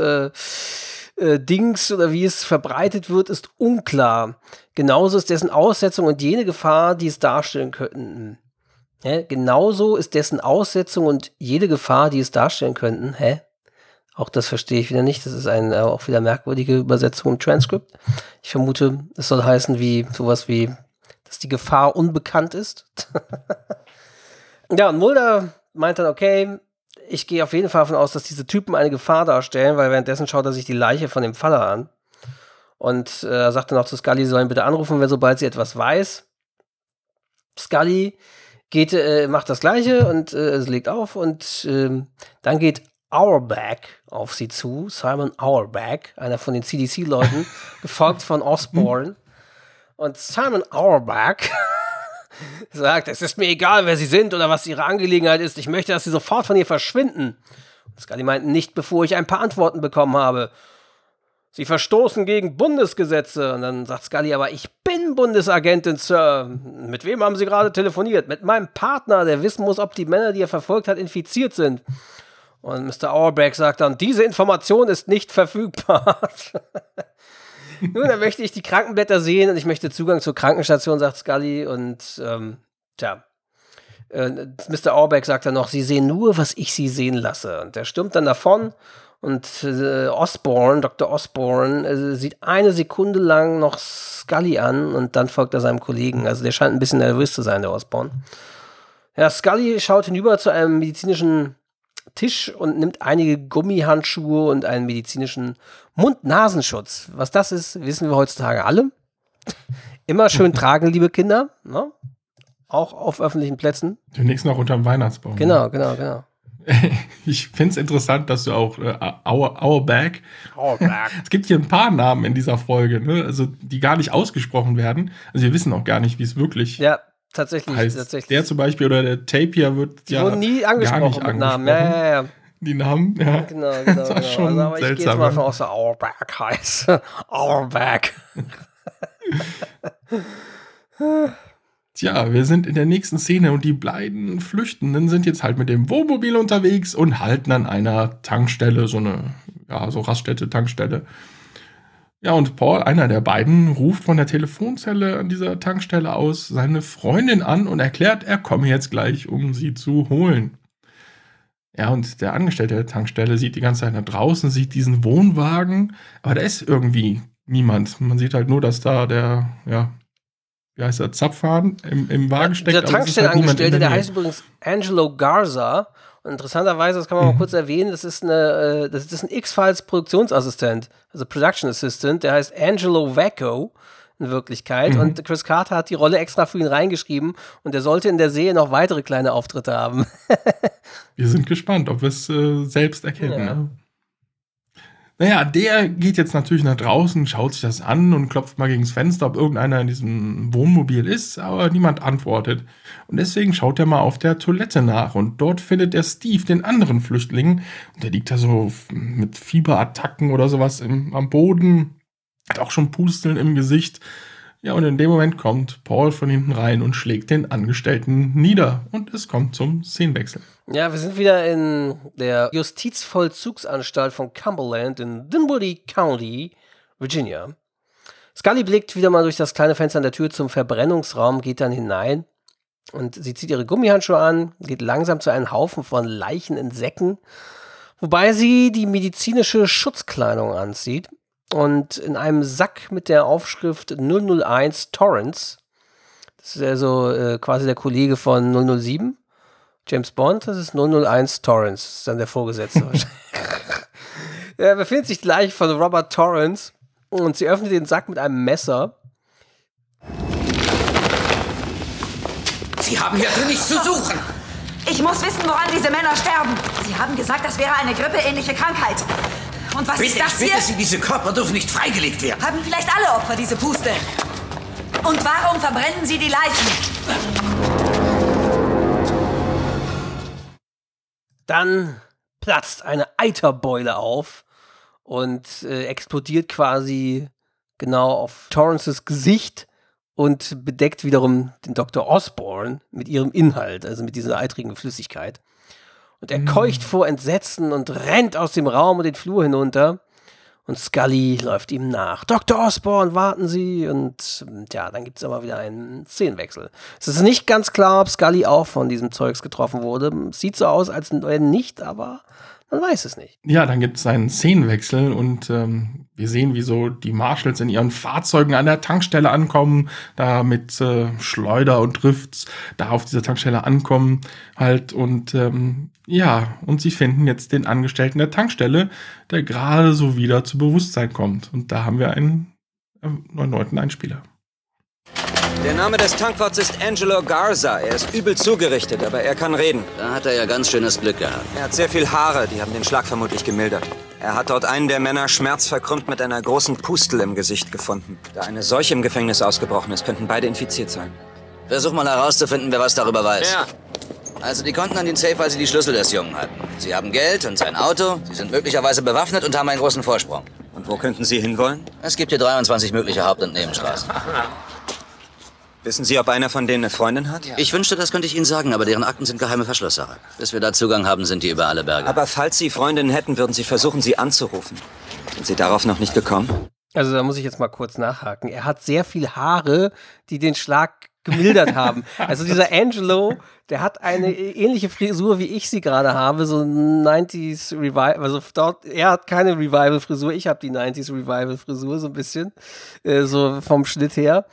Dings oder wie es verbreitet wird, ist unklar. Genauso ist dessen Aussetzung und jene Gefahr, die es darstellen könnten. Genauso ist dessen Aussetzung und jede Gefahr, die es darstellen könnten. Auch das verstehe ich wieder nicht. Das ist eine auch wieder merkwürdige Übersetzung im Transkript. Ich vermute, es soll heißen sowas wie, dass die Gefahr unbekannt ist. Ja, und Mulder meint dann, okay, ich gehe auf jeden Fall davon aus, dass diese Typen eine Gefahr darstellen, weil währenddessen schaut er sich die Leiche von dem Faller an. Und sagt dann auch zu Scully, sie sollen bitte anrufen, sobald sie etwas weiß. Scully macht das Gleiche und sie legt auf und dann geht Auerbach auf sie zu, Simon Auerbach, einer von den CDC-Leuten, gefolgt von Osborn. Und Simon Auerbach sagt, es ist mir egal, wer sie sind oder was ihre Angelegenheit ist, ich möchte, dass sie sofort von hier verschwinden. Und Scully meint, nicht bevor ich ein paar Antworten bekommen habe. Sie verstoßen gegen Bundesgesetze. Und dann sagt Scully, aber ich bin Bundesagentin, Sir. Mit wem haben Sie gerade telefoniert? Mit meinem Partner, der wissen muss, ob die Männer, die er verfolgt hat, infiziert sind. Und Mr. Auerbach sagt dann, diese Information ist nicht verfügbar. Nun, dann möchte ich die Krankenblätter sehen und ich möchte Zugang zur Krankenstation, sagt Scully. Und Mr. Auerbach sagt dann noch, Sie sehen nur, was ich Sie sehen lasse. Und der stürmt dann davon. Und Dr. Osborn, sieht eine Sekunde lang noch Scully an und dann folgt er seinem Kollegen. Also der scheint ein bisschen nervös zu sein, der Osborn. Ja, Scully schaut hinüber zu einem medizinischen Tisch und nimmt einige Gummihandschuhe und einen medizinischen Mund-Nasenschutz. Was das ist, wissen wir heutzutage alle. Immer schön tragen, liebe Kinder. Ne? Auch auf öffentlichen Plätzen. Demnächst noch unterm Weihnachtsbaum. Genau. Ich finde es interessant, dass du auch Auerbach. Es gibt hier ein paar Namen in dieser Folge, ne? Also die gar nicht ausgesprochen werden. Also wir wissen auch gar nicht, wie es wirklich heißt. Der zum Beispiel oder der Tapier wird die wurden nie angesprochen mit Namen. Ja. Die Namen, ja. Genau. Das war schon aber seltsam. Ich gehe jetzt mal von aus, der Auerbach heißt. Auerbach. Tja, wir sind in der nächsten Szene und die beiden Flüchtenden sind jetzt halt mit dem Wohnmobil unterwegs und halten an einer Tankstelle, so Raststätte-Tankstelle. Ja, und Paul, einer der beiden, ruft von der Telefonzelle an dieser Tankstelle aus seine Freundin an und erklärt, er komme jetzt gleich, um sie zu holen. Ja, und der Angestellte der Tankstelle sieht die ganze Zeit nach draußen, sieht diesen Wohnwagen, aber da ist irgendwie niemand. Man sieht halt nur, dass da der, wie heißt der, Zapfhahn im Wagen steckt. Der Tankstellenangestellte, der heißt übrigens Angelo Garza. Und interessanterweise, das kann man mal kurz erwähnen, das ist ein X-Files Produktionsassistent, also Production Assistant, der heißt Angelo Vacco in Wirklichkeit. Und Chris Carter hat die Rolle extra für ihn reingeschrieben und der sollte in der Serie noch weitere kleine Auftritte haben. Wir sind gespannt, ob wir es selbst erkennen. Ja. Ne? Naja, der geht jetzt natürlich nach draußen, schaut sich das an und klopft mal gegen das Fenster, ob irgendeiner in diesem Wohnmobil ist, aber niemand antwortet. Und deswegen schaut er mal auf der Toilette nach und dort findet er Steve, den anderen Flüchtling. Und der liegt da so mit Fieberattacken oder sowas am Boden, hat auch schon Pusteln im Gesicht. Ja, und in dem Moment kommt Paul von hinten rein und schlägt den Angestellten nieder. Und es kommt zum Szenenwechsel. Ja, wir sind wieder in der Justizvollzugsanstalt von Cumberland in Dinwiddie County, Virginia. Scully blickt wieder mal durch das kleine Fenster an der Tür zum Verbrennungsraum, geht dann hinein und sie zieht ihre Gummihandschuhe an, geht langsam zu einem Haufen von Leichen in Säcken, wobei sie die medizinische Schutzkleidung anzieht und in einem Sack mit der Aufschrift 001 Torrance, das ist also quasi der Kollege von 007, James Bond, das ist 001 Torrance, das ist dann der Vorgesetzte. Er befindet sich gleich von Robert Torrance und sie öffnet den Sack mit einem Messer. Sie haben hier drin nichts zu suchen. Ich muss wissen, woran diese Männer sterben. Sie haben gesagt, das wäre eine grippeähnliche Krankheit. Und was ist das hier? Bitte Sie, diese Körper dürfen nicht freigelegt werden. Haben vielleicht alle Opfer diese Puste? Und warum verbrennen Sie die Leichen? Dann platzt eine Eiterbeule auf und explodiert quasi genau auf Torrances Gesicht und bedeckt wiederum den Dr. Osborn mit ihrem Inhalt, also mit dieser eitrigen Flüssigkeit. Und er keucht vor Entsetzen und rennt aus dem Raum und den Flur hinunter. Und Scully läuft ihm nach. Dr. Osborn, warten Sie! Und ja, dann gibt es aber wieder einen Szenenwechsel. Es ist nicht ganz klar, ob Scully auch von diesem Zeugs getroffen wurde. Sieht so aus, als nicht, aber Man weiß es nicht. Ja, dann gibt es einen Szenenwechsel und wir sehen, wie so die Marshals in ihren Fahrzeugen an der Tankstelle ankommen, da mit Schleuder und Drifts da auf dieser Tankstelle ankommen halt und und sie finden jetzt den Angestellten der Tankstelle, der gerade so wieder zu Bewusstsein kommt. Und da haben wir einen erneuten Einspieler. Der Name des Tankwarts ist Angelo Garza. Er ist übel zugerichtet, aber er kann reden. Da hat er ja ganz schönes Glück gehabt. Er hat sehr viel Haare, die haben den Schlag vermutlich gemildert. Er hat dort einen der Männer schmerzverkrümmt mit einer großen Pustel im Gesicht gefunden. Da eine Seuche im Gefängnis ausgebrochen ist, könnten beide infiziert sein. Versuch mal herauszufinden, wer was darüber weiß. Ja. Also die konnten an den Safe, weil sie die Schlüssel des Jungen hatten. Sie haben Geld und sein Auto, sie sind möglicherweise bewaffnet und haben einen großen Vorsprung. Und wo könnten Sie hinwollen? Es gibt hier 23 mögliche Haupt- und Nebenstraßen. Wissen Sie, ob einer von denen eine Freundin hat? Ich wünschte, das könnte ich Ihnen sagen, aber deren Akten sind geheime Verschlusssache. Bis wir da Zugang haben, sind die über alle Berge. Aber falls Sie Freundinnen hätten, würden Sie versuchen, sie anzurufen. Sind Sie darauf noch nicht gekommen? Also da muss ich jetzt mal kurz nachhaken. Er hat sehr viel Haare, die den Schlag gemildert haben. Also dieser Angelo, der hat eine ähnliche Frisur, wie ich sie gerade habe, so 90s Revival, also er hat keine Revival-Frisur, ich habe die 90s Revival-Frisur, so ein bisschen, so vom Schnitt her.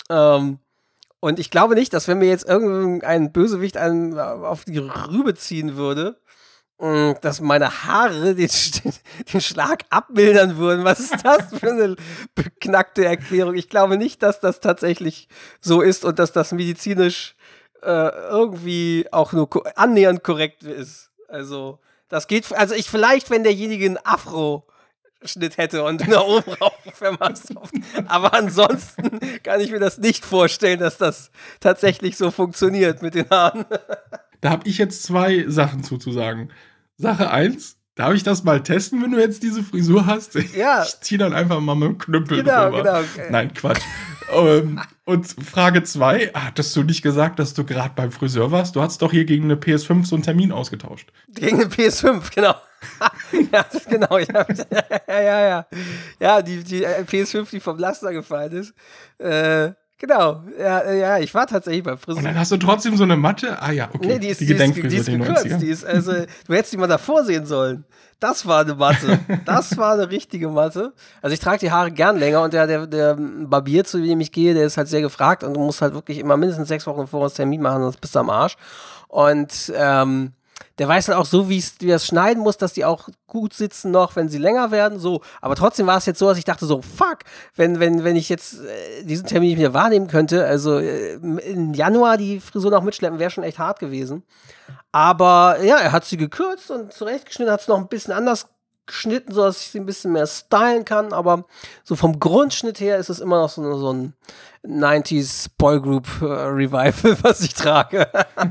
Und ich glaube nicht, dass wenn mir jetzt irgendein Bösewicht einen auf die Rübe ziehen würde, dass meine Haare den Schlag abmildern würden. Was ist das für eine beknackte Erklärung? Ich glaube nicht, dass das tatsächlich so ist und dass das medizinisch irgendwie auch nur annähernd korrekt ist. Also, das geht, vielleicht, wenn derjenige einen Afro-Schnitt hätte und nach oben rauf vermaßt. Aber ansonsten kann ich mir das nicht vorstellen, dass das tatsächlich so funktioniert mit den Haaren. Da habe ich jetzt 2 Sachen zuzusagen. Sache 1, darf ich das mal testen, wenn du jetzt diese Frisur hast? Ja. Ich zieh dann einfach mal mit dem Knüppel Genau. Okay. Nein, Quatsch. Und Frage 2, hattest du nicht gesagt, dass du gerade beim Friseur warst? Du hast doch hier gegen eine PS5 so einen Termin ausgetauscht. Gegen eine PS5, genau. Ja, genau. Ja. Ja, die PS5, die vom Laster gefallen ist. Genau. Ja, ich war tatsächlich beim Friseur. Und dann hast du trotzdem so eine Matte? Ah ja, okay. Nee, die ist gekürzt. Die ist, du hättest die mal davor sehen sollen. Das war eine Matte. Das war eine richtige Matte. Also ich trage die Haare gern länger und der Barbier, zu dem ich gehe, der ist halt sehr gefragt und du musst halt wirklich immer mindestens 6 Wochen voraus Termin machen, sonst bist du am Arsch. Und der weiß dann auch so, wie er es schneiden muss, dass die auch gut sitzen noch, wenn sie länger werden, so. Aber trotzdem war es jetzt so, dass ich dachte so, fuck, wenn ich jetzt diesen Termin nicht mehr wahrnehmen könnte, also im Januar die Frisur noch mitschleppen, wäre schon echt hart gewesen. Aber ja, er hat sie gekürzt und zurechtgeschnitten, hat es noch ein bisschen anders geschnitten, so dass ich sie ein bisschen mehr stylen kann, aber so vom Grundschnitt her ist es immer noch so ein 90s Boygroup Revival, was ich trage.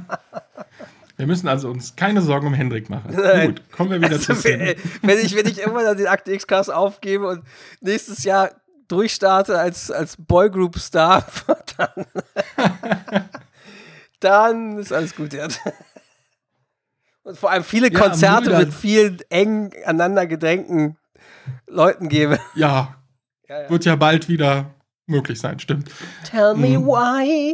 Wir müssen also uns keine Sorgen um Hendrik machen. Gut, kommen wir wieder zu Szene. Wenn ich irgendwann dann den Akte X-Cast aufgebe und nächstes Jahr durchstarte als Boygroup-Star, dann ist alles gut. Ja. Und vor allem viele Konzerte mit vielen eng aneinander gedrängten Leuten gebe. Ja, wird ja bald wieder möglich sein, stimmt. Tell me why.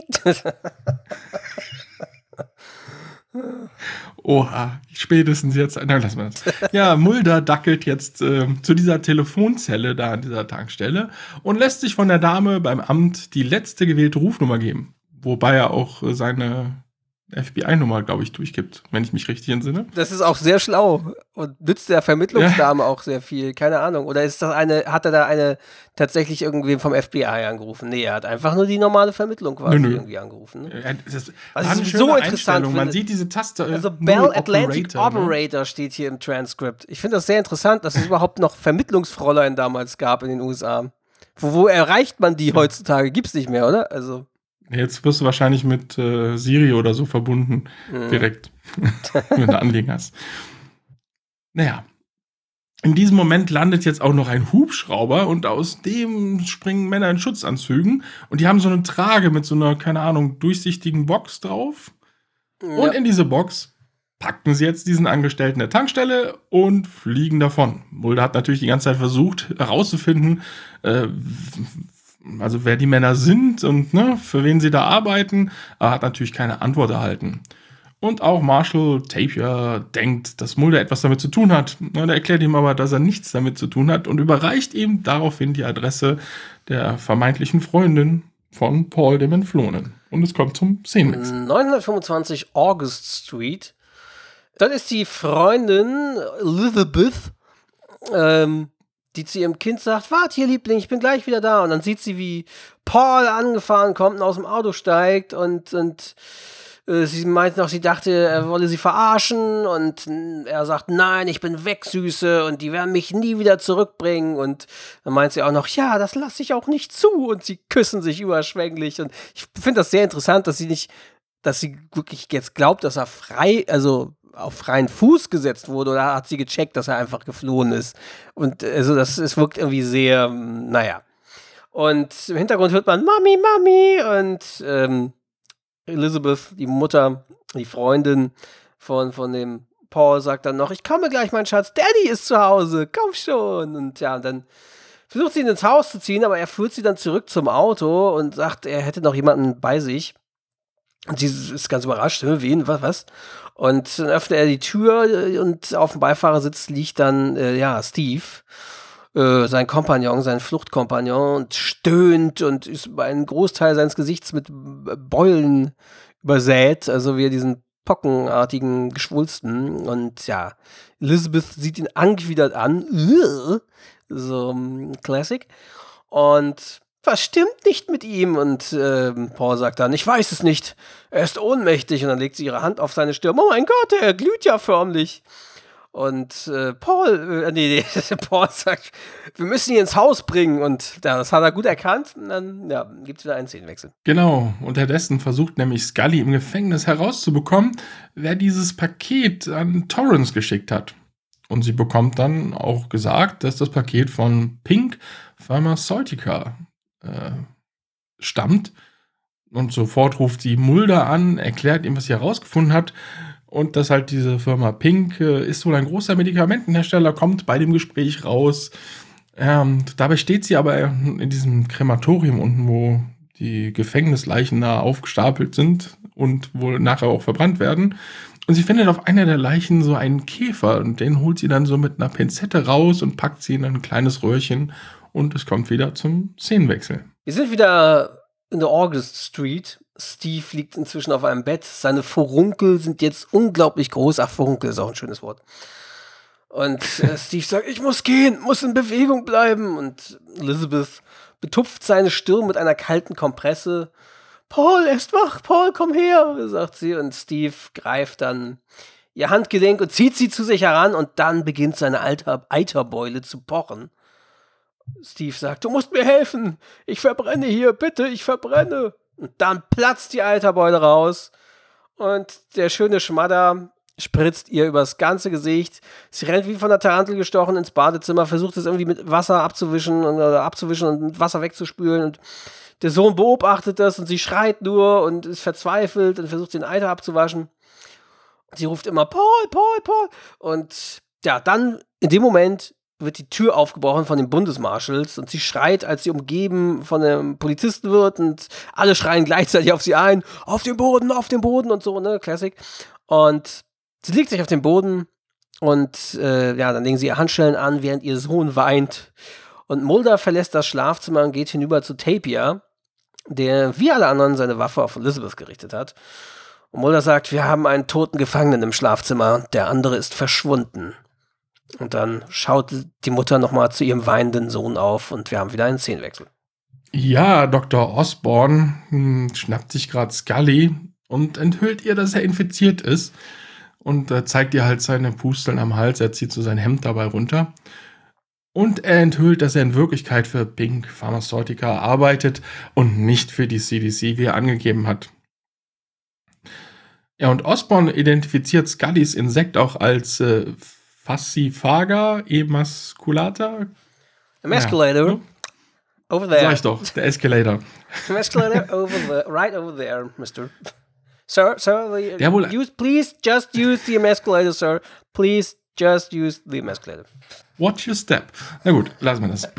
Oha, spätestens jetzt. Nein, lassen wir das. Ja, Mulder dackelt jetzt zu dieser Telefonzelle da an dieser Tankstelle und lässt sich von der Dame beim Amt die letzte gewählte Rufnummer geben. Wobei er auch seine FBI-Nummer, glaube ich, durchgibt, wenn ich mich richtig entsinne. Das ist auch sehr schlau und nützt der Vermittlungsdame auch sehr viel. Keine Ahnung. Oder hat er da eine tatsächlich irgendwem vom FBI angerufen? Nee, er hat einfach nur die normale Vermittlung quasi irgendwie angerufen. Ne? Das ist so interessant. Man sieht diese Taste. Also Bell Atlantic Operator steht hier im Transkript. Ich finde das sehr interessant, dass es überhaupt noch Vermittlungsfräulein damals gab in den USA. Wo erreicht man die heutzutage? Gibt's nicht mehr, oder? Also jetzt wirst du wahrscheinlich mit Siri oder so verbunden, direkt, wenn du Anliegen hast. Naja, in diesem Moment landet jetzt auch noch ein Hubschrauber und aus dem springen Männer in Schutzanzügen und die haben so eine Trage mit so einer, keine Ahnung, durchsichtigen Box drauf. Ja. Und in diese Box packen sie jetzt diesen Angestellten der Tankstelle und fliegen davon. Mulder hat natürlich die ganze Zeit versucht herauszufinden, also wer die Männer sind und für wen sie da arbeiten, aber hat natürlich keine Antwort erhalten. Und auch Marshall Tapier denkt, dass Mulder etwas damit zu tun hat. Er erklärt ihm aber, dass er nichts damit zu tun hat und überreicht ihm daraufhin die Adresse der vermeintlichen Freundin von Paul dem Entflohenen. Und es kommt zum Szenenwechsel. 925 August Street. Dort ist die Freundin Elizabeth, die zu ihrem Kind sagt, warte hier, Liebling, ich bin gleich wieder da. Und dann sieht sie, wie Paul angefahren kommt und aus dem Auto steigt und sie meint noch, sie dachte, er wolle sie verarschen und er sagt, nein, ich bin weg, Süße, und die werden mich nie wieder zurückbringen. Und dann meint sie auch noch, ja, das lasse ich auch nicht zu, und sie küssen sich überschwänglich. Und ich finde das sehr interessant, dass sie wirklich jetzt glaubt, dass er auf freien Fuß gesetzt wurde, oder hat sie gecheckt, dass er einfach geflohen ist. Und also es wirkt irgendwie sehr, naja. Und im Hintergrund hört man Mami, Mami, und Elizabeth, die Mutter, die Freundin von dem Paul, sagt dann noch, ich komme gleich, mein Schatz, Daddy ist zu Hause, komm schon. Und ja, dann versucht sie ihn ins Haus zu ziehen, aber er führt sie dann zurück zum Auto und sagt, er hätte noch jemanden bei sich. Und sie ist ganz überrascht, wen, was? Und dann öffnet er die Tür und auf dem Beifahrersitz liegt dann, Steve, sein Kompagnon, sein Fluchtkompagnon, und stöhnt und ist über einen Großteil seines Gesichts mit Beulen übersät, also wie diesen pockenartigen Geschwulsten. Und ja, Elizabeth sieht ihn angewidert an, so Classic, und was stimmt nicht mit ihm? Und Paul sagt dann, ich weiß es nicht, er ist ohnmächtig. Und dann legt sie ihre Hand auf seine Stirn, oh mein Gott, er glüht ja förmlich. Und Paul sagt, wir müssen ihn ins Haus bringen. Und ja, das hat er gut erkannt. Und dann gibt es wieder einen Szenenwechsel. Genau, unterdessen versucht nämlich Scully im Gefängnis herauszubekommen, wer dieses Paket an Torrance geschickt hat. Und sie bekommt dann auch gesagt, dass das Paket von Pink Pharmaceutica stammt. Und sofort ruft sie Mulder an, erklärt ihm, was sie herausgefunden hat. Und dass halt diese Firma Pink ist wohl ein großer Medikamentenhersteller, kommt bei dem Gespräch raus. Dabei steht sie aber in diesem Krematorium unten, wo die Gefängnisleichen da aufgestapelt sind und wohl nachher auch verbrannt werden. Und sie findet auf einer der Leichen so einen Käfer und den holt sie dann so mit einer Pinzette raus und packt sie in ein kleines Röhrchen und es kommt wieder zum Szenenwechsel. Wir sind wieder in der August Street. Steve liegt inzwischen auf einem Bett. Seine Furunkel sind jetzt unglaublich groß. Ach, Furunkel ist auch ein schönes Wort. Und Steve sagt, ich muss gehen, muss in Bewegung bleiben. Und Elizabeth betupft seine Stirn mit einer kalten Kompresse. Paul, er ist wach, Paul, komm her, sagt sie. Und Steve greift dann ihr Handgelenk und zieht sie zu sich heran. Und dann beginnt seine Eiterbeule zu pochen. Steve sagt, du musst mir helfen. Ich verbrenne hier, bitte, ich verbrenne. Und dann platzt die Eiterbeule raus. Und der schöne Schmadder spritzt ihr übers ganze Gesicht. Sie rennt wie von der Tarantel gestochen ins Badezimmer, versucht es irgendwie mit Wasser abzuwischen und mit Wasser wegzuspülen. Und der Sohn beobachtet das und sie schreit nur und ist verzweifelt und versucht den Eiter abzuwaschen. Sie ruft immer, Paul, Paul, Paul. Und ja, dann in dem Moment wird die Tür aufgebrochen von den Bundesmarschalls und sie schreit, als sie umgeben von einem Polizisten wird, und alle schreien gleichzeitig auf sie ein, auf den Boden und so, ne, Classic. Und sie legt sich auf den Boden und dann legen sie ihr Handschellen an, während ihr Sohn weint. Und Mulder verlässt das Schlafzimmer und geht hinüber zu Tapier, der wie alle anderen seine Waffe auf Elizabeth gerichtet hat. Und Mulder sagt, wir haben einen toten Gefangenen im Schlafzimmer, der andere ist verschwunden. Und dann schaut die Mutter nochmal zu ihrem weinenden Sohn auf und wir haben wieder einen Szenenwechsel. Ja, Dr. Osborn schnappt sich gerade Scully und enthüllt ihr, dass er infiziert ist. Und zeigt ihr halt seine Pusteln am Hals, er zieht so sein Hemd dabei runter. Und er enthüllt, dass er in Wirklichkeit für Pink Pharmaceutica arbeitet und nicht für die CDC, wie er angegeben hat. Ja, und Osborn identifiziert Scullys Insekt auch als Fasciphaga emasculata. Emasculator. Ja. Over there. Sag ich doch, der Escalator. Emasculator right over there, Mister. Sir, please just use the emasculator, sir. Please just use the emasculator. Watch your step. Na gut, lassen wir das.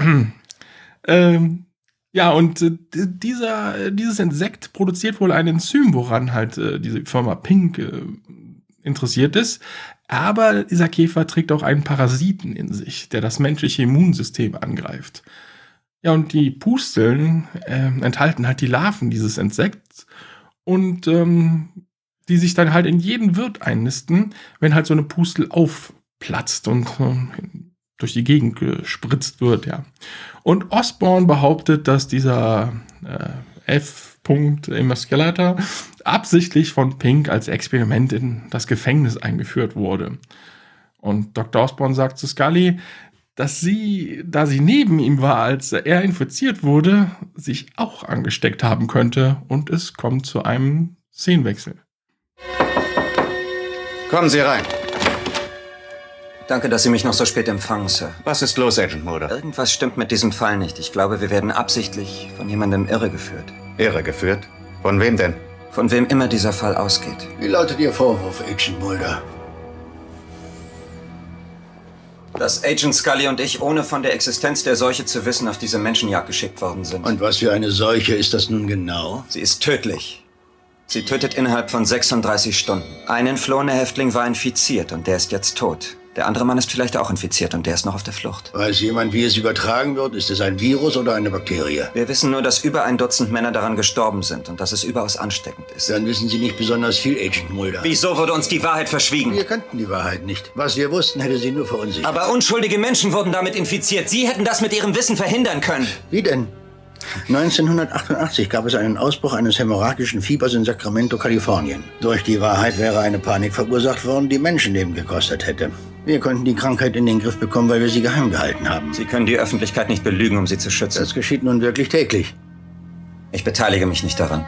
Ja, und dieses Insekt produziert wohl ein Enzym, woran halt diese Firma Pink interessiert ist. Aber dieser Käfer trägt auch einen Parasiten in sich, der das menschliche Immunsystem angreift. Ja, und die Pusteln enthalten halt die Larven dieses Insekts und die sich dann halt in jeden Wirt einnisten, wenn halt so eine Pustel aufplatzt und durch die Gegend gespritzt wird, ja. Und Osborn behauptet, dass dieser F. Emasculator absichtlich von Pink als Experiment in das Gefängnis eingeführt wurde. Und Dr. Osborn sagt zu Scully, dass sie, da sie neben ihm war, als er infiziert wurde, sich auch angesteckt haben könnte und es kommt zu einem Szenenwechsel. Kommen Sie rein. Danke, dass Sie mich noch so spät empfangen, Sir. Was ist los, Agent Mulder? Irgendwas stimmt mit diesem Fall nicht. Ich glaube, wir werden absichtlich von jemandem irregeführt. Irregeführt? Von wem denn? Von wem immer dieser Fall ausgeht. Wie lautet Ihr Vorwurf, Agent Mulder? Dass Agent Scully und ich, ohne von der Existenz der Seuche zu wissen, auf diese Menschenjagd geschickt worden sind. Und was für eine Seuche ist das nun genau? Sie ist tödlich. Sie tötet innerhalb von 36 Stunden. Ein entflohener Häftling war infiziert und der ist jetzt tot. Der andere Mann ist vielleicht auch infiziert und der ist noch auf der Flucht. Weiß jemand, wie es übertragen wird? Ist es ein Virus oder eine Bakterie? Wir wissen nur, dass über 1 Dutzend Männer daran gestorben sind und dass es überaus ansteckend ist. Dann wissen Sie nicht besonders viel, Agent Mulder. Wieso wurde uns die Wahrheit verschwiegen? Wir kannten die Wahrheit nicht. Was wir wussten, hätte Sie nur verunsichert. Aber unschuldige Menschen wurden damit infiziert. Sie hätten das mit Ihrem Wissen verhindern können. Wie denn? 1988 gab es einen Ausbruch eines hämorrhagischen Fiebers in Sacramento, Kalifornien. Durch die Wahrheit wäre eine Panik verursacht worden, die Menschenleben gekostet hätte. Wir konnten die Krankheit in den Griff bekommen, weil wir sie geheim gehalten haben. Sie können die Öffentlichkeit nicht belügen, um sie zu schützen. Das geschieht nun wirklich täglich. Ich beteilige mich nicht daran.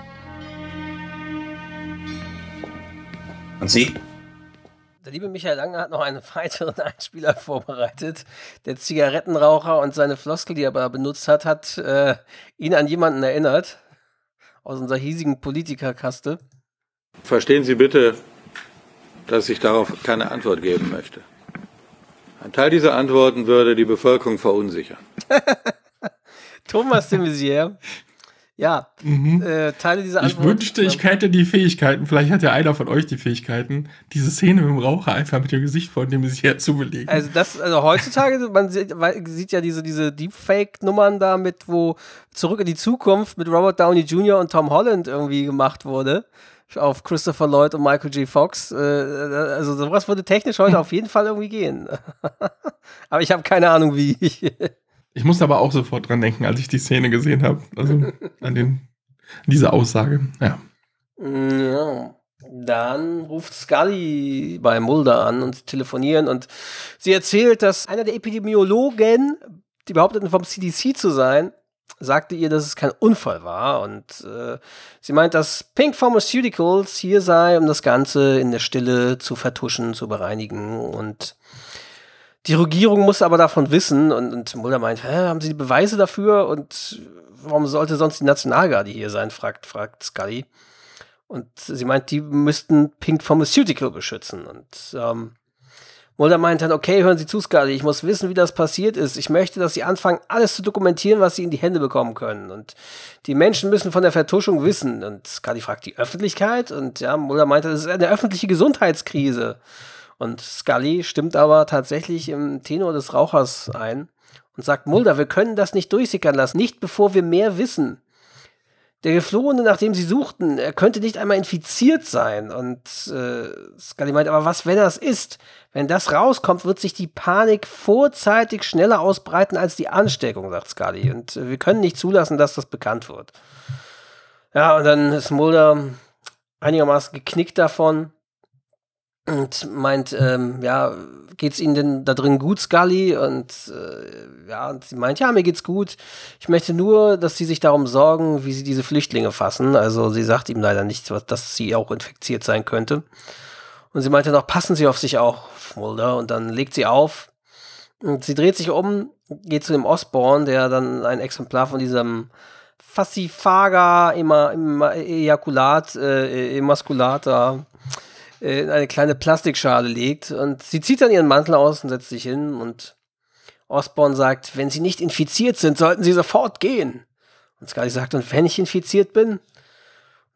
Und Sie? Der liebe Michael Langer hat noch einen weiteren Einspieler vorbereitet. Der Zigarettenraucher und seine Floskel, die er aber benutzt hat, hat ihn an jemanden erinnert. Aus unserer hiesigen Politikerkaste. Verstehen Sie bitte, dass ich darauf keine Antwort geben möchte. Ein Teil dieser Antworten würde die Bevölkerung verunsichern. Thomas de Maizière. Ja, Teile dieser Antwort. Ich wünschte, ich hätte die Fähigkeiten, vielleicht hat ja einer von euch die Fähigkeiten, diese Szene mit dem Raucher einfach mit dem Gesicht von dem Maizière zu belegen. Also heutzutage, man sieht ja diese Deepfake-Nummern da mit, wo Zurück in die Zukunft mit Robert Downey Jr. und Tom Holland irgendwie gemacht wurde. Auf Christopher Lloyd und Michael J. Fox. Also sowas würde technisch heute auf jeden Fall irgendwie gehen. Aber ich habe keine Ahnung, wie. Ich musste aber auch sofort dran denken, als ich die Szene gesehen habe. Also an diese Aussage. Ja. Ja. Dann ruft Scully bei Mulder an und telefonieren und sie erzählt, dass einer der Epidemiologen, die behaupteten vom CDC zu sein, sagte ihr, dass es kein Unfall war und sie meint, dass Pink Pharmaceuticals hier sei, um das Ganze in der Stille zu vertuschen, zu bereinigen und die Regierung muss aber davon wissen und Mulder meint, haben Sie die Beweise dafür und warum sollte sonst die Nationalgarde hier sein, fragt Scully. Und sie meint, die müssten Pink Pharmaceutical beschützen. Und Mulder meint dann, okay, hören Sie zu, Scully, ich muss wissen, wie das passiert ist. Ich möchte, dass Sie anfangen, alles zu dokumentieren, was Sie in die Hände bekommen können. Und die Menschen müssen von der Vertuschung wissen. Und Scully fragt die Öffentlichkeit und ja, Mulder meint, das ist eine öffentliche Gesundheitskrise. Und Scully stimmt aber tatsächlich im Tenor des Rauchers ein und sagt, Mulder, wir können das nicht durchsickern lassen, nicht bevor wir mehr wissen. Der Geflohene, nach dem sie suchten, er könnte nicht einmal infiziert sein. Und Scully meint, aber was, wenn er es ist? Wenn das rauskommt, wird sich die Panik vorzeitig schneller ausbreiten als die Ansteckung, sagt Scully. Und wir können nicht zulassen, dass das bekannt wird. Ja, und dann ist Mulder einigermaßen geknickt davon. Und meint, ja, geht's Ihnen denn da drin gut, Scully? Und und sie meint, ja, mir geht's gut. Ich möchte nur, dass Sie sich darum sorgen, wie Sie diese Flüchtlinge fassen. Also sie sagt ihm leider nicht, dass sie auch infiziert sein könnte. Und sie meinte noch, passen Sie auf sich auch, Mulder. Und dann legt sie auf. Und sie dreht sich um, geht zu dem Osborn, der dann ein Exemplar von diesem Fassifaga Emasculata in eine kleine Plastikschale legt und sie zieht dann ihren Mantel aus und setzt sich hin und Osborn sagt, wenn Sie nicht infiziert sind, sollten Sie sofort gehen. Und Scully sagt, und wenn ich infiziert bin? Und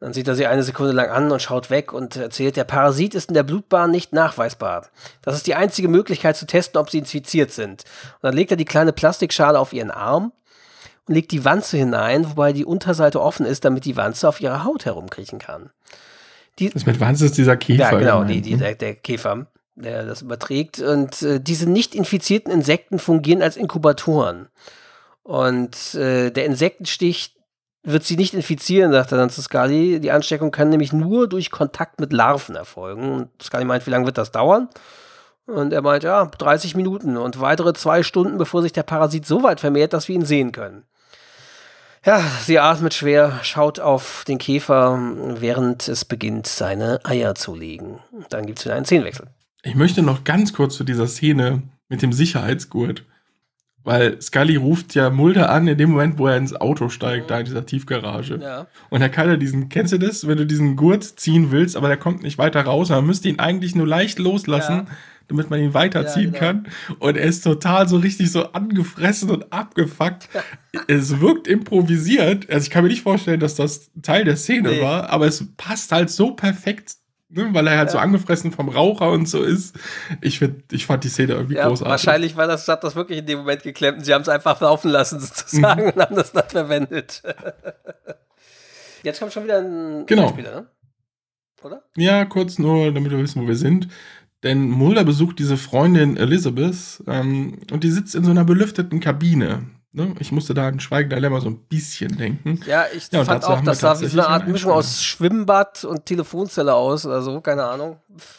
Dann sieht er sie eine Sekunde lang an und schaut weg und erzählt, der Parasit ist in der Blutbahn nicht nachweisbar. Das ist die einzige Möglichkeit zu testen, ob sie infiziert sind. Und dann legt er die kleine Plastikschale auf ihren Arm und legt die Wanze hinein, wobei die Unterseite offen ist, damit die Wanze auf ihrer Haut herumkriechen kann. Das mit Wanze ist dieser Käfer. Ja, genau, der Käfer, der das überträgt. Und diese nicht infizierten Insekten fungieren als Inkubatoren. Und der Insektenstich wird sie nicht infizieren, sagt er dann zu Scully. Die Ansteckung kann nämlich nur durch Kontakt mit Larven erfolgen. Und Scully meint, wie lange wird das dauern? Und er meint, 30 Minuten und weitere 2 Stunden, bevor sich der Parasit so weit vermehrt, dass wir ihn sehen können. Ja, sie atmet schwer, schaut auf den Käfer, während es beginnt, seine Eier zu legen. Dann gibt es wieder einen Szenenwechsel. Ich möchte noch ganz kurz zu dieser Szene mit dem Sicherheitsgurt. Weil Scully ruft ja Mulder an, in dem Moment, wo er ins Auto steigt, da in dieser Tiefgarage. Ja. Und da kann er kennst du das, wenn du diesen Gurt ziehen willst, aber der kommt nicht weiter raus, man müsste ihn eigentlich nur leicht loslassen, damit man ihn weiterziehen kann. Und er ist total so richtig so angefressen und abgefuckt. Es wirkt improvisiert, also ich kann mir nicht vorstellen, dass das Teil der Szene war, aber es passt halt so perfekt, weil er halt so angefressen vom Raucher und so ist. Ich fand die Szene irgendwie großartig. Wahrscheinlich hat das wirklich in dem Moment geklemmt und sie haben es einfach laufen lassen sozusagen und haben das dann verwendet. Jetzt kommt schon wieder ein Spieler, ne? Oder? Ja, kurz nur, damit wir wissen, wo wir sind. Denn Mulder besucht diese Freundin Elizabeth und die sitzt in so einer belüfteten Kabine. Ne? Ich musste da an Schweigender Lämmer so ein bisschen denken. Ja, ich fand auch, das sah wie so eine Art Mischung aus Schwimmbad und Telefonzelle aus oder so, keine Ahnung.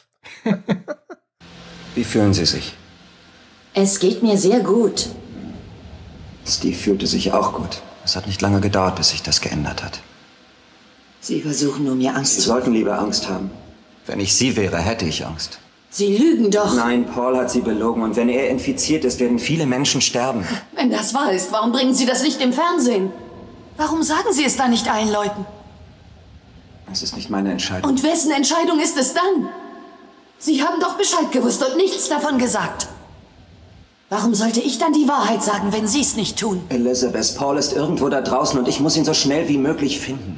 Wie fühlen Sie sich? Es geht mir sehr gut. Steve fühlte sich auch gut. Es hat nicht lange gedauert, bis sich das geändert hat. Sie versuchen nur, mir Angst zu... Sie sollten lieber Angst haben. Wenn ich Sie wäre, hätte ich Angst. Sie lügen doch. Nein, Paul hat Sie belogen. Und wenn er infiziert ist, werden viele Menschen sterben. Wenn das wahr ist, warum bringen Sie das nicht im Fernsehen? Warum sagen Sie es da nicht allen Leuten? Das ist nicht meine Entscheidung. Und wessen Entscheidung ist es dann? Sie haben doch Bescheid gewusst und nichts davon gesagt. Warum sollte ich dann die Wahrheit sagen, wenn Sie es nicht tun? Elizabeth, Paul ist irgendwo da draußen und ich muss ihn so schnell wie möglich finden.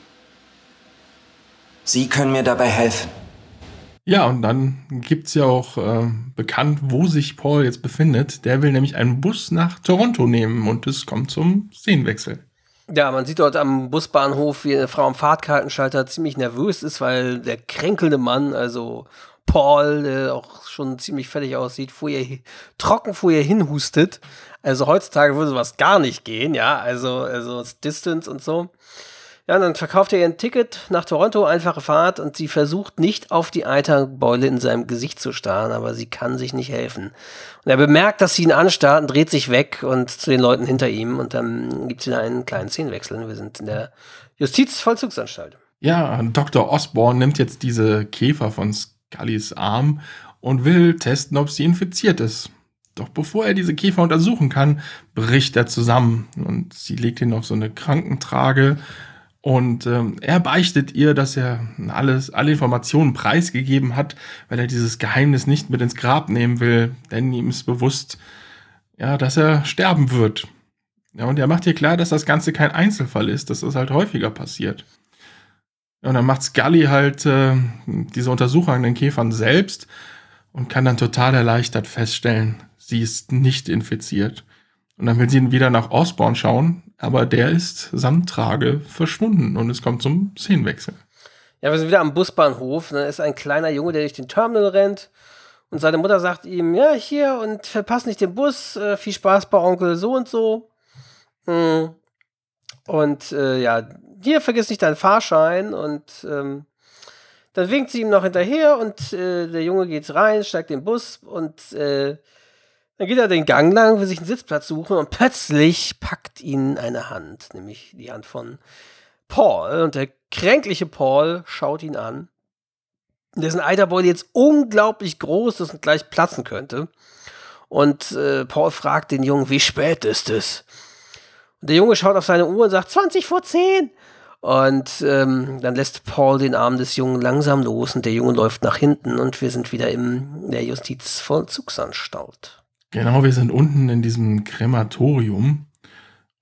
Sie können mir dabei helfen. Ja, und dann gibt's ja auch bekannt, wo sich Paul jetzt befindet. Der will nämlich einen Bus nach Toronto nehmen und es kommt zum Szenenwechsel. Ja, man sieht dort am Busbahnhof, wie eine Frau am Fahrkartenschalter ziemlich nervös ist, weil der kränkelnde Mann, also Paul, der auch schon ziemlich fertig aussieht, trocken vor ihr hinhustet. Also heutzutage würde sowas gar nicht gehen, ja, also Distance und so. Ja, und dann verkauft er ihr ein Ticket nach Toronto, einfache Fahrt, und sie versucht nicht auf die Eiterbeule in seinem Gesicht zu starren, aber sie kann sich nicht helfen. Und er bemerkt, dass sie ihn anstarrt und dreht sich weg und zu den Leuten hinter ihm und dann gibt es wieder einen kleinen Szenenwechsel. Wir sind in der Justizvollzugsanstalt. Ja, Dr. Osborn nimmt jetzt diese Käfer von Scullys Arm und will testen, ob sie infiziert ist. Doch bevor er diese Käfer untersuchen kann, bricht er zusammen und sie legt ihn auf so eine Krankentrage. Und er beichtet ihr, dass er alle Informationen preisgegeben hat, weil er dieses Geheimnis nicht mit ins Grab nehmen will. Denn ihm ist bewusst, ja, dass er sterben wird. Ja, und er macht ihr klar, dass das Ganze kein Einzelfall ist, dass das halt häufiger passiert. Ja, und dann macht Scully halt diese Untersuchung an den Käfern selbst und kann dann total erleichtert feststellen, sie ist nicht infiziert. Und dann will sie wieder nach Osborn schauen, aber der ist samt Trage verschwunden und es kommt zum Szenenwechsel. Ja, wir sind wieder am Busbahnhof. Da ist ein kleiner Junge, der durch den Terminal rennt und seine Mutter sagt ihm, ja, hier und verpass nicht den Bus, viel Spaß bei Onkel so und so. Und ja, hier, vergiss nicht deinen Fahrschein und dann winkt sie ihm noch hinterher und der Junge geht rein, steigt in den Bus und dann geht er den Gang lang, will sich einen Sitzplatz suchen und plötzlich packt ihn eine Hand, nämlich die Hand von Paul. Und der kränkliche Paul schaut ihn an. Dessen Eiterbeule jetzt unglaublich groß ist und gleich platzen könnte. Und Paul fragt den Jungen, wie spät ist es? Und der Junge schaut auf seine Uhr und sagt, 20 vor 10. Und dann lässt Paul den Arm des Jungen langsam los und der Junge läuft nach hinten und wir sind wieder in der Justizvollzugsanstalt. Genau, wir sind unten in diesem Krematorium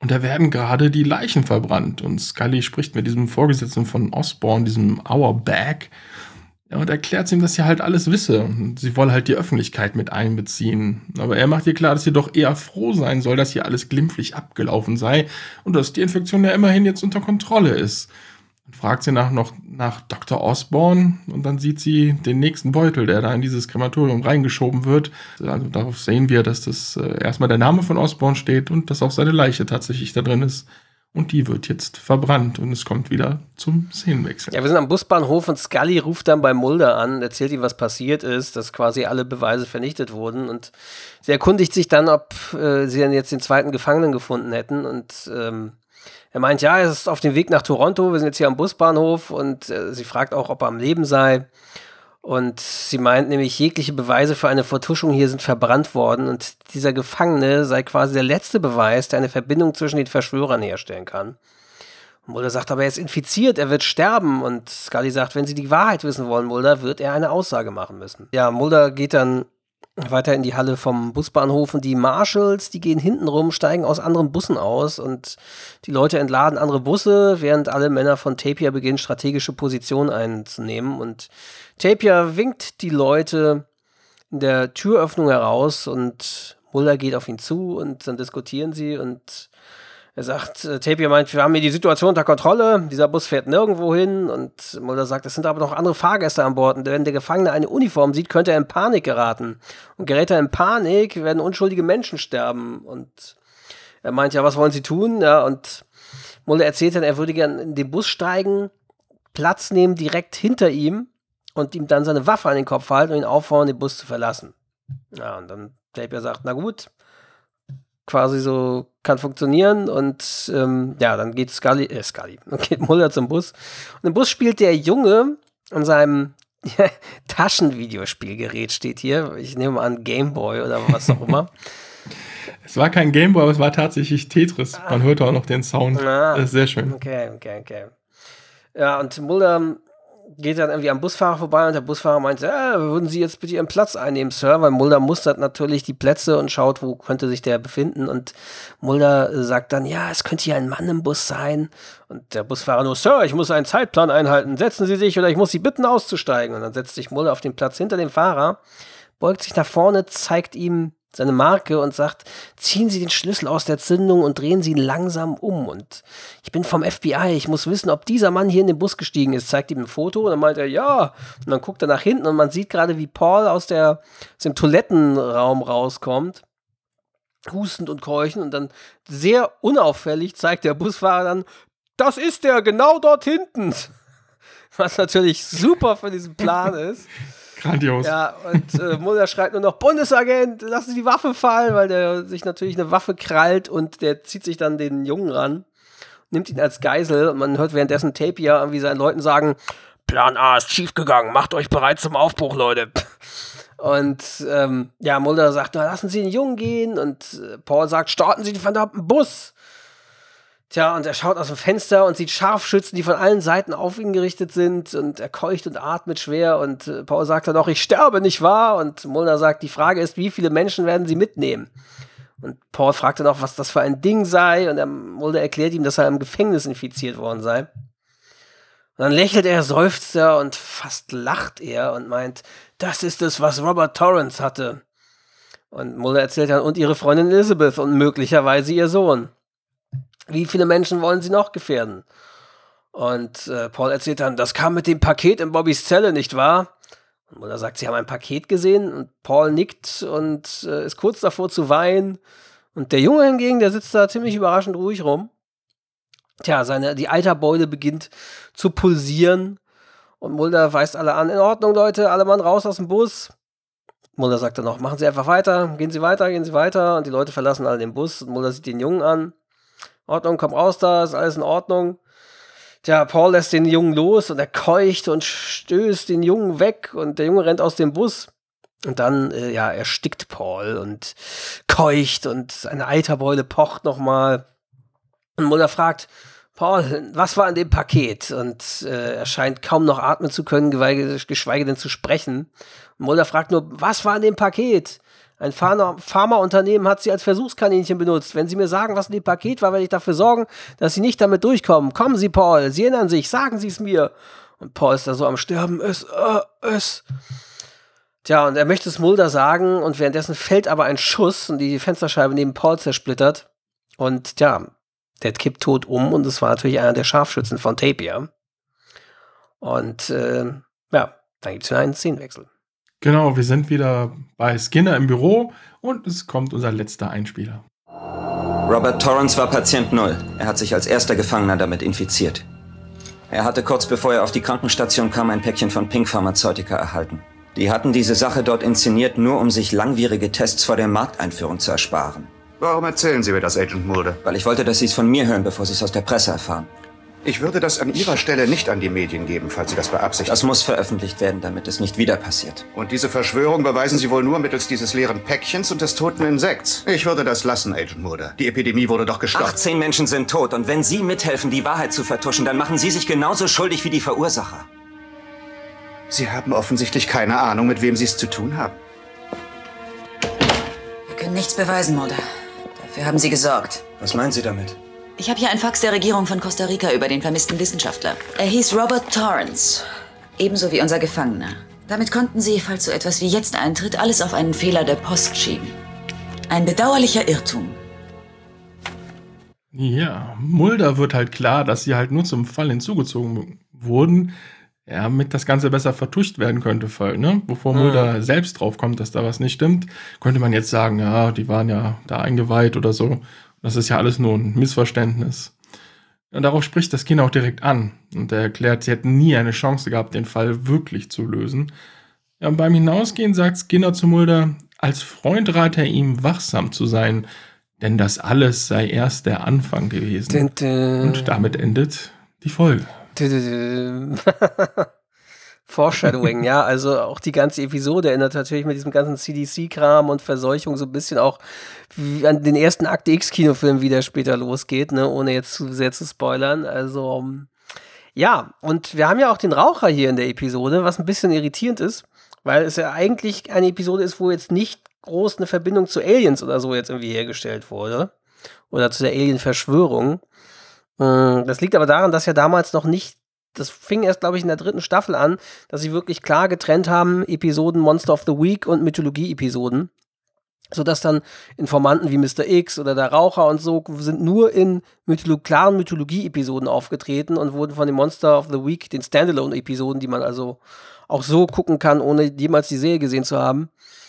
Und da werden gerade die Leichen verbrannt. Und Scully spricht mit diesem Vorgesetzten von Osborn, diesem Auerbach, und erklärt ihm, dass sie halt alles wisse. Und sie wolle halt die Öffentlichkeit mit einbeziehen. Aber er macht ihr klar, dass sie doch eher froh sein soll, dass hier alles glimpflich abgelaufen sei und dass die Infektion ja immerhin jetzt unter Kontrolle ist. Und fragt sie noch nach Dr. Osborn und dann sieht sie den nächsten Beutel, der da in dieses Krematorium reingeschoben wird. Also darauf sehen wir, dass das erstmal der Name von Osborn steht und dass auch seine Leiche tatsächlich da drin ist. Und die wird jetzt verbrannt und es kommt wieder zum Szenenwechsel. Ja, wir sind am Busbahnhof und Scully ruft dann bei Mulder an, erzählt ihm, was passiert ist, dass quasi alle Beweise vernichtet wurden. Und sie erkundigt sich dann, ob sie dann jetzt den zweiten Gefangenen gefunden hätten. Und er meint, ja, er ist auf dem Weg nach Toronto, wir sind jetzt hier am Busbahnhof. Und sie fragt auch, ob er am Leben sei. Und sie meint nämlich, jegliche Beweise für eine Vertuschung hier sind verbrannt worden und dieser Gefangene sei quasi der letzte Beweis, der eine Verbindung zwischen den Verschwörern herstellen kann. Und Mulder sagt, aber er ist infiziert, er wird sterben. Und Scully sagt, wenn Sie die Wahrheit wissen wollen, Mulder, wird er eine Aussage machen müssen. Ja, Mulder geht dann weiter in die Halle vom Busbahnhof und die Marshals, die gehen hinten rum, steigen aus anderen Bussen aus und die Leute entladen andere Busse, während alle Männer von Tapia beginnen, strategische Positionen einzunehmen. Und Tapia winkt die Leute in der Türöffnung heraus und Mulder geht auf ihn zu und dann diskutieren sie und er sagt, Tapia meint, wir haben hier die Situation unter Kontrolle, dieser Bus fährt nirgendwo hin und Mulder sagt, es sind aber noch andere Fahrgäste an Bord und wenn der Gefangene eine Uniform sieht, könnte er in Panik geraten und gerät er in Panik, werden unschuldige Menschen sterben und er meint, ja, was wollen Sie tun? Ja, und Mulder erzählt dann, er würde gerne in den Bus steigen, Platz nehmen direkt hinter ihm und ihm dann seine Waffe an den Kopf halten und ihn auffordern, den Bus zu verlassen. Ja, und dann Tapia sagt, na gut, quasi so kann funktionieren und ja, dann geht dann geht Mulder zum Bus und im Bus spielt der Junge an seinem Taschenvideospielgerät, steht hier, ich nehme mal an Gameboy oder was auch immer. Es war kein Gameboy, aber es war tatsächlich Tetris. Man hört auch noch den Sound. Das ist sehr schön. Okay. Ja, und Mulder geht dann irgendwie am Busfahrer vorbei und der Busfahrer meint, würden Sie jetzt bitte Ihren Platz einnehmen, Sir? Weil Mulder mustert natürlich die Plätze und schaut, wo könnte sich der befinden. Und Mulder sagt dann, ja, es könnte hier ein Mann im Bus sein. Und der Busfahrer nur, Sir, ich muss einen Zeitplan einhalten. Setzen Sie sich oder ich muss Sie bitten, auszusteigen. Und dann setzt sich Mulder auf den Platz hinter dem Fahrer, beugt sich nach vorne, zeigt ihm seine Marke und sagt, ziehen Sie den Schlüssel aus der Zündung und drehen Sie ihn langsam um. Und ich bin vom FBI, ich muss wissen, ob dieser Mann hier in den Bus gestiegen ist. Zeigt ihm ein Foto und dann meint er, ja. Und dann guckt er nach hinten und man sieht gerade, wie Paul aus dem Toilettenraum rauskommt, hustend und keuchend. Und dann sehr unauffällig zeigt der Busfahrer dann, das ist der, genau dort hinten. Was natürlich super für diesen Plan ist. Grandios. Ja, und Mulder schreit nur noch, Bundesagent, lassen Sie die Waffe fallen, weil der sich natürlich eine Waffe krallt und der zieht sich dann den Jungen ran, nimmt ihn als Geisel und man hört währenddessen Tapia irgendwie seinen Leuten sagen, Plan A ist schiefgegangen, macht euch bereit zum Aufbruch, Leute. Und ja, Mulder sagt, na, lassen Sie den Jungen gehen und Paul sagt, starten Sie den verdammten Bus. Tja, und er schaut aus dem Fenster und sieht Scharfschützen, die von allen Seiten auf ihn gerichtet sind und er keucht und atmet schwer und Paul sagt dann auch, ich sterbe, nicht wahr? Und Mulder sagt, die Frage ist, wie viele Menschen werden sie mitnehmen? Und Paul fragt dann auch, was das für ein Ding sei und Mulder erklärt ihm, dass er im Gefängnis infiziert worden sei. Und dann lächelt er, seufzt er und fast lacht er und meint, das ist es, was Robert Torrance hatte. Und Mulder erzählt dann, und ihre Freundin Elizabeth und möglicherweise ihr Sohn. Wie viele Menschen wollen sie noch gefährden? Und Paul erzählt dann, das kam mit dem Paket in Bobbys Zelle, nicht wahr? Und Mulder sagt, sie haben ein Paket gesehen und Paul nickt und ist kurz davor zu weinen. Und der Junge hingegen, der sitzt da ziemlich überraschend ruhig rum. Tja, die Eiterbeule beginnt zu pulsieren und Mulder weist alle an, in Ordnung, Leute, alle Mann raus aus dem Bus. Mulder sagt dann noch, machen Sie einfach weiter, gehen Sie weiter. Und die Leute verlassen alle den Bus und Mulder sieht den Jungen an. Ordnung, komm raus da, ist alles in Ordnung. Tja, Paul lässt den Jungen los und er keucht und stößt den Jungen weg und der Junge rennt aus dem Bus. Und dann, erstickt Paul und keucht und seine Eiterbeule pocht nochmal. Und Mulder fragt, Paul, was war in dem Paket? Und er scheint kaum noch atmen zu können, geschweige denn zu sprechen. Und Mulder fragt nur, was war in dem Paket? Ein Pharmaunternehmen hat sie als Versuchskaninchen benutzt. Wenn Sie mir sagen, was in dem Paket war, werde ich dafür sorgen, dass Sie nicht damit durchkommen. Kommen Sie, Paul, Sie erinnern sich, sagen Sie es mir. Und Paul ist da so am Sterben. Tja, und er möchte es Mulder sagen und währenddessen fällt aber ein Schuss und die Fensterscheibe neben Paul zersplittert. Und tja, der kippt tot um und es war natürlich einer der Scharfschützen von Tapir. Und dann gibt es wieder einen Szenenwechsel. Genau, wir sind wieder bei Skinner im Büro und es kommt unser letzter Einspieler. Robert Torrance war Patient 0. Er hat sich als erster Gefangener damit infiziert. Er hatte kurz bevor er auf die Krankenstation kam, ein Päckchen von Pink Pharmazeutica erhalten. Die hatten diese Sache dort inszeniert, nur um sich langwierige Tests vor der Markteinführung zu ersparen. Warum erzählen Sie mir das, Agent Mulder? Weil ich wollte, dass Sie es von mir hören, bevor Sie es aus der Presse erfahren. Ich würde das an Ihrer Stelle nicht an die Medien geben, falls Sie das beabsichtigen. Das muss veröffentlicht werden, damit es nicht wieder passiert. Und diese Verschwörung beweisen Sie wohl nur mittels dieses leeren Päckchens und des toten Insekts. Ich würde das lassen, Agent Mulder. Die Epidemie wurde doch gestoppt. 18 Menschen sind tot und wenn Sie mithelfen, die Wahrheit zu vertuschen, dann machen Sie sich genauso schuldig wie die Verursacher. Sie haben offensichtlich keine Ahnung, mit wem Sie es zu tun haben. Wir können nichts beweisen, Mulder. Dafür haben Sie gesorgt. Was meinen Sie damit? Ich habe hier ein Fax der Regierung von Costa Rica über den vermissten Wissenschaftler. Er hieß Robert Torrance. Ebenso wie unser Gefangener. Damit konnten Sie, falls so etwas wie jetzt eintritt, alles auf einen Fehler der Post schieben. Ein bedauerlicher Irrtum. Ja, Mulder wird halt klar, dass sie halt nur zum Fall hinzugezogen wurden, damit das Ganze besser vertuscht werden könnte, ne? Bevor Mulder selbst drauf kommt, dass da was nicht stimmt, könnte man jetzt sagen, ja, die waren ja da eingeweiht oder so. Das ist ja alles nur ein Missverständnis. Und darauf spricht das Kind auch direkt an. Und er erklärt, sie hätten nie eine Chance gehabt, den Fall wirklich zu lösen. Ja, und beim Hinausgehen sagt Skinner zu Mulder, als Freund rate er ihm, wachsam zu sein, denn das alles sei erst der Anfang gewesen. Und damit endet die Folge. Foreshadowing, ja, also auch die ganze Episode erinnert natürlich mit diesem ganzen CDC-Kram und Verseuchung so ein bisschen auch an den ersten Akte X-Kinofilm, wie der später losgeht, ne, ohne jetzt zu sehr zu spoilern. Also, ja, und wir haben ja auch den Raucher hier in der Episode, was ein bisschen irritierend ist, weil es ja eigentlich eine Episode ist, wo jetzt nicht groß eine Verbindung zu Aliens oder so jetzt irgendwie hergestellt wurde. Oder zu der Alien-Verschwörung. Das liegt aber daran, dass ja damals noch nicht, das fing erst, glaube ich, in der 3. Staffel an, dass sie wirklich klar getrennt haben, Episoden Monster of the Week und Mythologie-Episoden. Sodass dann Informanten wie Mr. X oder der Raucher und so sind nur in klaren Mythologie-Episoden aufgetreten und wurden von den Monster of the Week, den Standalone-Episoden, die man also auch so gucken kann, ohne jemals die Serie gesehen zu haben,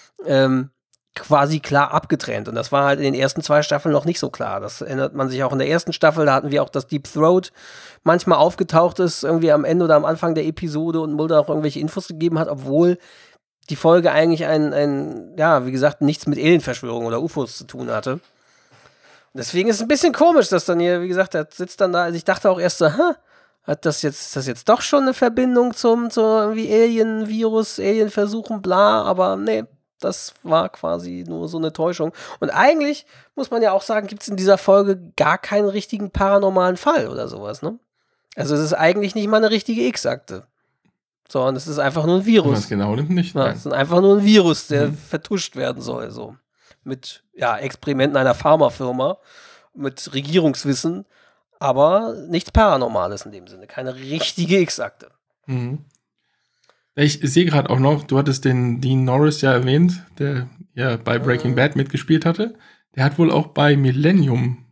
quasi klar abgetrennt. Und das war halt in den ersten 2 Staffeln noch nicht so klar. Das erinnert man sich auch in der ersten Staffel. Da hatten wir auch das Deep Throat manchmal aufgetaucht ist, irgendwie am Ende oder am Anfang der Episode und Mulder auch irgendwelche Infos gegeben hat, obwohl die Folge eigentlich wie gesagt, nichts mit Alienverschwörung oder UFOs zu tun hatte. Deswegen ist es ein bisschen komisch, dass dann hier, wie gesagt, er sitzt dann da. Also ich dachte auch erst so, hat das jetzt doch schon eine Verbindung zum irgendwie Alien-Virus, Alien-Versuchen, bla, aber nee. Das war quasi nur so eine Täuschung. Und eigentlich, muss man ja auch sagen, gibt es in dieser Folge gar keinen richtigen paranormalen Fall oder sowas, ne? Also es ist eigentlich nicht mal eine richtige X-Akte. Sondern es ist einfach nur ein Virus. Das genau nimmt nicht. Ja, es ist einfach nur ein Virus, der vertuscht werden soll. So. Mit Experimenten einer Pharmafirma, mit Regierungswissen, aber nichts Paranormales in dem Sinne. Keine richtige X-Akte. Mhm. Ich sehe gerade auch noch, du hattest den Dean Norris ja erwähnt, der ja bei Breaking Bad mitgespielt hatte. Der hat wohl auch bei Millennium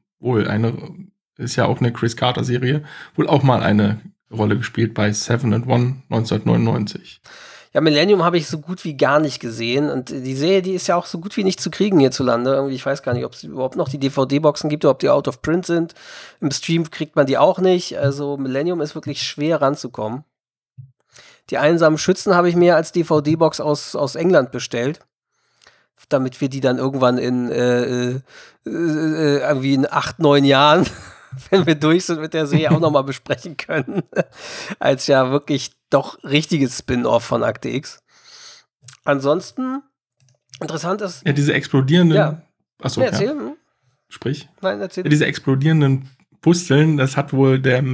ist ja auch eine Chris Carter-Serie, wohl auch mal eine Rolle gespielt bei 7 and 1 1999. Ja, Millennium habe ich so gut wie gar nicht gesehen und die Serie, die ist ja auch so gut wie nicht zu kriegen hierzulande. Irgendwie, ich weiß gar nicht, ob es überhaupt noch die DVD-Boxen gibt oder ob die out of print sind. Im Stream kriegt man die auch nicht. Also Millennium ist wirklich schwer ranzukommen. Die einsamen Schützen habe ich mir als DVD-Box aus England bestellt, damit wir die dann irgendwann in irgendwie in 8, 9 Jahren, wenn wir durch sind mit der Serie, auch nochmal besprechen können. Als ja wirklich doch richtiges Spin-off von Akte X. Ansonsten, interessant ist... Ja, diese explodierenden... Ja. Achso, erzähl. Ja. Sprich. Nein, erzähl. Ja, diese explodierenden Pusteln, das hat wohl der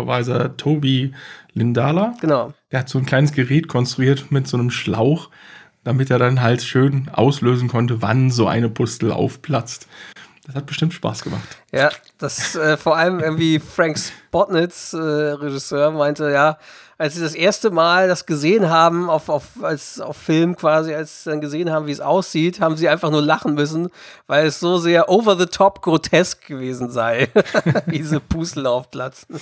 Make-up-Supervisor Toby Lindala. Genau. Der hat so ein kleines Gerät konstruiert mit so einem Schlauch, damit er dann halt schön auslösen konnte, wann so eine Pustel aufplatzt. Das hat bestimmt Spaß gemacht. Ja, das vor allem irgendwie Frank Spotnitz, Regisseur, meinte, ja, als sie das erste Mal das gesehen haben, auf Film quasi, als sie dann gesehen haben, wie es aussieht, haben sie einfach nur lachen müssen, weil es so sehr over the top grotesk gewesen sei, wie diese Pustel aufplatzen.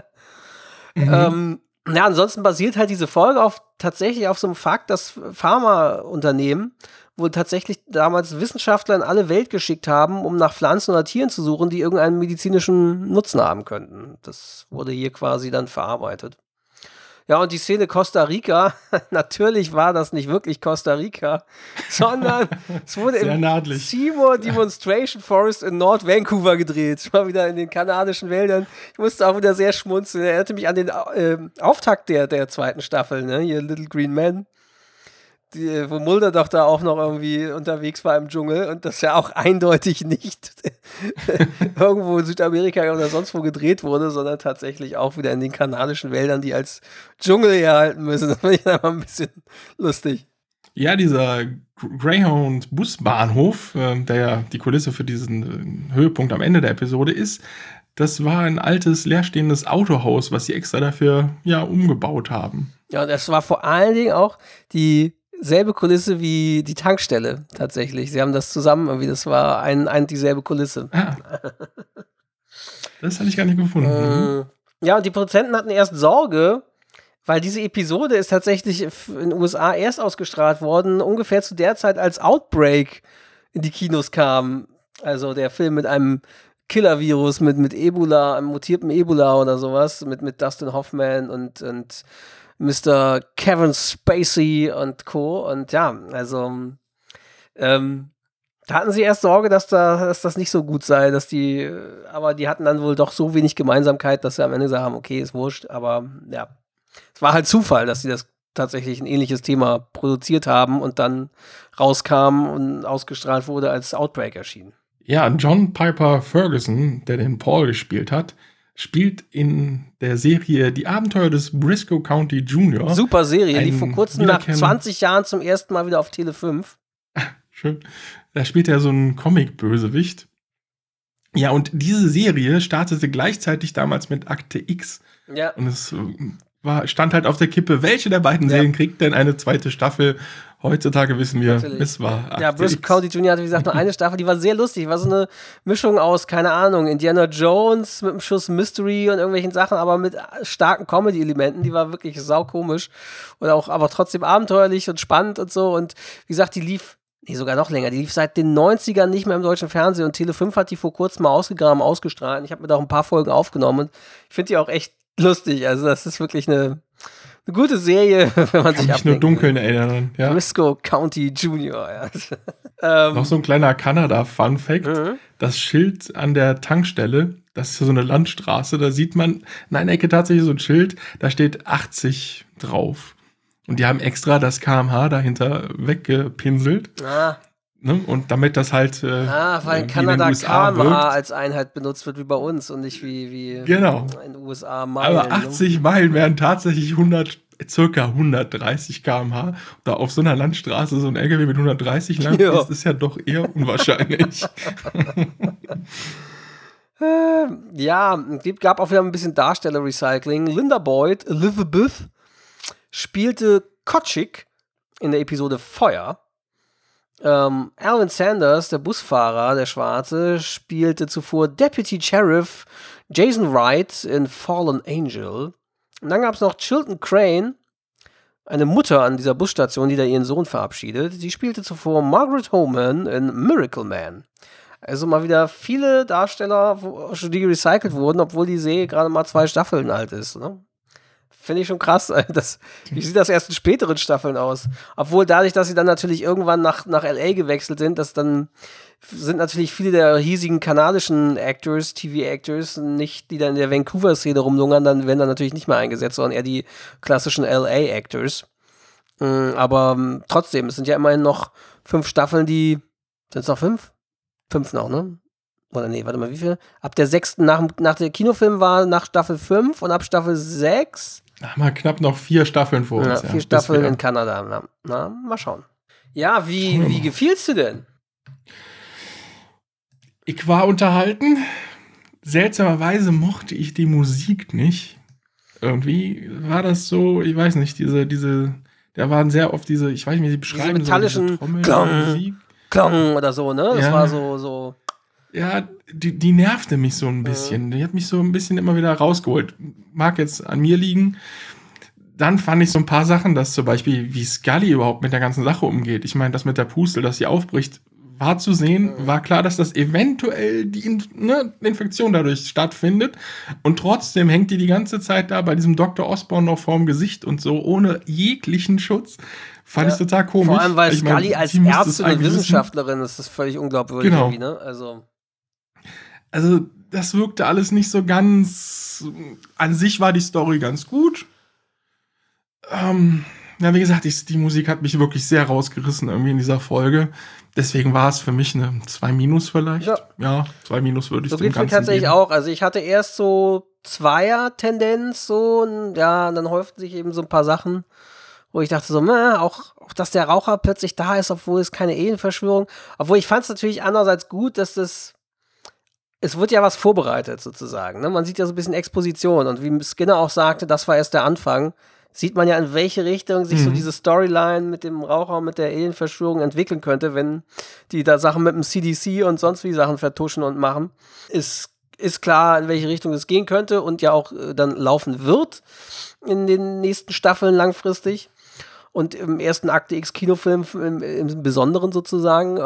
Ja, ansonsten basiert halt diese Folge tatsächlich auf so einem Fakt, dass Pharmaunternehmen wohl tatsächlich damals Wissenschaftler in alle Welt geschickt haben, um nach Pflanzen oder Tieren zu suchen, die irgendeinen medizinischen Nutzen haben könnten. Das wurde hier quasi dann verarbeitet. Ja, und die Szene Costa Rica, natürlich war das nicht wirklich Costa Rica, sondern es wurde im Seymour Demonstration Forest in Nord Vancouver gedreht. Mal wieder in den kanadischen Wäldern. Ich musste auch wieder sehr schmunzeln. Er erinnerte mich an den Auftakt der zweiten Staffel, ne? Hier Little Green Man. Wo Mulder doch da auch noch irgendwie unterwegs war im Dschungel und das ja auch eindeutig nicht irgendwo in Südamerika oder sonst wo gedreht wurde, sondern tatsächlich auch wieder in den kanadischen Wäldern, die als Dschungel herhalten müssen. Das finde ich einfach ein bisschen lustig. Ja, dieser Greyhound-Busbahnhof, der ja die Kulisse für diesen Höhepunkt am Ende der Episode ist, das war ein altes, leerstehendes Autohaus, was sie extra dafür umgebaut haben. Ja, und das war vor allen Dingen auch dieselbe Kulisse wie die Tankstelle tatsächlich. Sie haben das zusammen irgendwie, das war dieselbe Kulisse. Ah. Das hatte ich gar nicht gefunden. Ja, und die Produzenten hatten erst Sorge, weil diese Episode ist tatsächlich in den USA erst ausgestrahlt worden, ungefähr zu der Zeit, als Outbreak in die Kinos kam. Also der Film mit einem Killer-Virus, mit Ebola, einem mutierten Ebola oder sowas, mit Dustin Hoffman und Mr. Kevin Spacey und Co. Und ja, also da hatten sie erst Sorge, dass das nicht so gut sei, aber die hatten dann wohl doch so wenig Gemeinsamkeit, dass sie am Ende sagen, okay, ist wurscht, aber ja, es war halt Zufall, dass sie das tatsächlich ein ähnliches Thema produziert haben und dann rauskam und ausgestrahlt wurde, als Outbreak erschien. Ja, John Piper Ferguson, der den Paul gespielt hat, spielt in der Serie Die Abenteuer des Briscoe County Jr. Super Serie, die vor kurzem nach 20 Jahren zum ersten Mal wieder auf Tele 5. Schön. Da spielt er so einen Comic-Bösewicht. Ja, und diese Serie startete gleichzeitig damals mit Akte X. Ja. Und es stand halt auf der Kippe, welche der beiden Serien kriegt denn eine zweite Staffel? Heutzutage wissen wir, es war Akte Ja, Briscoe County Jr. hatte, wie gesagt, nur eine Staffel, die war sehr lustig. War so eine Mischung aus, keine Ahnung, Indiana Jones mit einem Schuss Mystery und irgendwelchen Sachen, aber mit starken Comedy-Elementen. Die war wirklich saukomisch und auch, aber trotzdem abenteuerlich und spannend und so. Und wie gesagt, die lief sogar noch länger. Die lief seit den 90ern nicht mehr im deutschen Fernsehen und Tele 5 hat die vor kurzem mal ausgegraben, ausgestrahlt. Ich habe mir da auch ein paar Folgen aufgenommen und ich finde die auch echt lustig. Also das ist wirklich eine gute Serie, wenn man sich nur dunkeln erinnern. Ja. Briscoe County Jr. Ja. Noch so ein kleiner Kanada-Fun-Fact. Das Schild an der Tankstelle, das ist so eine Landstraße, da sieht man in einer Ecke tatsächlich so ein Schild, da steht 80 drauf. Und die haben extra das kMh dahinter weggepinselt. Ne? Und damit das halt weil in Kanada kmh als Einheit benutzt wird wie bei uns und nicht wie genau. in den USA Meilen. Aber 80 Meilen wären tatsächlich circa 130 km/h. Da auf so einer Landstraße so ein LKW mit 130 lang ist ja doch eher unwahrscheinlich. Ja, es gab auch wieder ein bisschen Darsteller-Recycling. Linda Boyd, Elizabeth, spielte Kotschik in der Episode Feuer. Alvin Sanders, der Busfahrer, der Schwarze, spielte zuvor Deputy Sheriff Jason Wright in Fallen Angel. Und dann gab es noch Chilton Crane, eine Mutter an dieser Busstation, die da ihren Sohn verabschiedet. Die spielte zuvor Margaret Holman in Miracle Man. Also mal wieder viele Darsteller, die recycelt wurden, obwohl die Serie gerade mal 2 Staffeln alt ist. Ne? Finde ich schon krass. Wie sieht das erst in späteren Staffeln aus? Obwohl dadurch, dass sie dann natürlich irgendwann nach L.A. gewechselt sind, sind natürlich viele der hiesigen kanadischen TV-Actors, nicht, die dann in der Vancouver-Szene rumlungern, dann werden dann natürlich nicht mehr eingesetzt, sondern eher die klassischen L.A.-Actors. Aber trotzdem, es sind ja immerhin noch 5 Staffeln, sind es noch 5? 5 noch, ne? Oder nee, warte mal, wie viel? Ab der 6. nach der Kinofilm war nach Staffel 5 und ab Staffel 6 haben wir knapp noch 4 Staffeln vor uns. 4 Staffeln in Kanada. Na, mal schauen. Ja, wie gefiel's dir denn? Ich war unterhalten. Seltsamerweise mochte ich die Musik nicht. Irgendwie war das so, ich weiß nicht, da waren sehr oft diese, ich weiß nicht, wie sie beschreiben, diese metallischen Klang oder so, ne? Das war so. Ja, die nervte mich so ein bisschen. Die hat mich so ein bisschen immer wieder rausgeholt. Mag jetzt an mir liegen. Dann fand ich so ein paar Sachen, dass zum Beispiel, wie Scully überhaupt mit der ganzen Sache umgeht. Ich meine, das mit der Pustel, dass sie aufbricht, war zu sehen. War klar, dass das eventuell die Infektion dadurch stattfindet. Und trotzdem hängt die ganze Zeit da bei diesem Dr. Osborn noch vorm Gesicht und so, ohne jeglichen Schutz. Fand ich total komisch. Vor allem, weil Scully als Ärztin und Wissenschaftlerin ist das völlig unglaubwürdig irgendwie, ne? Also, das wirkte alles nicht so ganz. An sich war die Story ganz gut. Ja, wie gesagt, die Musik hat mich wirklich sehr rausgerissen irgendwie in dieser Folge. Deswegen war es für mich eine 2- vielleicht. Ja, 2- würde ich so dem Ganzen tatsächlich geben. auch. Also ich hatte erst so 2er-Tendenz so und dann häuften sich eben so ein paar Sachen, wo ich dachte so, auch dass der Raucher plötzlich da ist, obwohl es keine Alienverschwörung. Obwohl ich fand es natürlich andererseits gut, dass es wird ja was vorbereitet sozusagen. Ne? Man sieht ja so ein bisschen Exposition und wie Skinner auch sagte, das war erst der Anfang. Sieht man ja, in welche Richtung sich so diese Storyline mit dem Raucher und mit der Alienverschwörung entwickeln könnte, wenn die da Sachen mit dem CDC und sonst wie Sachen vertuschen und machen. Ist klar, in welche Richtung es gehen könnte und ja auch dann laufen wird in den nächsten Staffeln langfristig. Und im ersten Akte X Kinofilm im Besonderen sozusagen.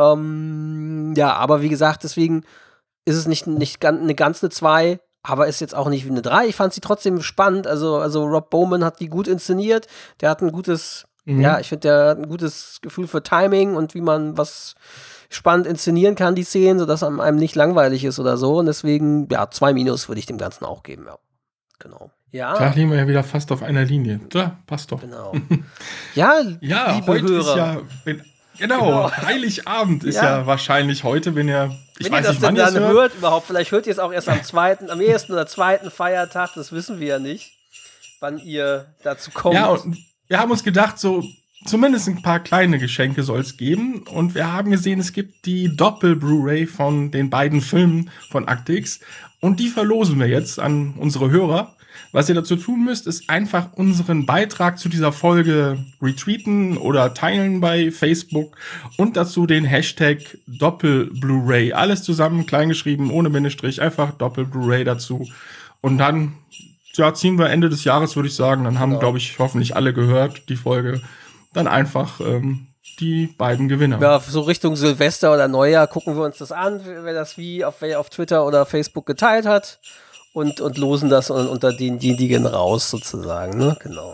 Aber wie gesagt, deswegen ist es nicht eine ganze 2, aber ist jetzt auch nicht wie eine 3. Ich fand sie trotzdem spannend. Also Rob Bowman hat die gut inszeniert. Der hat ein gutes, ich finde, der hat ein gutes Gefühl für Timing und wie man was spannend inszenieren kann, die Szenen, sodass einem nicht langweilig ist oder so. Und deswegen, 2- würde ich dem Ganzen auch geben, ja. Genau. Ja. Da liegen wir ja wieder fast auf einer Linie. Da, passt doch. Genau. Ja, liebe heute Hörer. Genau, Heiligabend ist ja wahrscheinlich heute, wenn ihr das denn dann hört überhaupt, vielleicht hört ihr es auch erst am ersten oder zweiten Feiertag, das wissen wir ja nicht, wann ihr dazu kommt. Ja, und wir haben uns gedacht, so zumindest ein paar kleine Geschenke soll es geben und wir haben gesehen, es gibt die Doppel-Blu-ray von den beiden Filmen von Akte X und die verlosen wir jetzt an unsere Hörer. Was ihr dazu tun müsst, ist einfach unseren Beitrag zu dieser Folge retweeten oder teilen bei Facebook und dazu den Hashtag Doppel-Blu-ray. Alles zusammen, kleingeschrieben, ohne Bindestrich, einfach Doppel-Blu-ray dazu. Und dann ziehen wir Ende des Jahres, würde ich sagen. Dann haben, glaube ich, hoffentlich alle gehört, die Folge. Dann einfach die beiden Gewinner. Ja, so Richtung Silvester oder Neujahr gucken wir uns das an, wer das wer auf Twitter oder Facebook geteilt hat. Und losen das unter denjenigen raus, sozusagen, ne? Genau.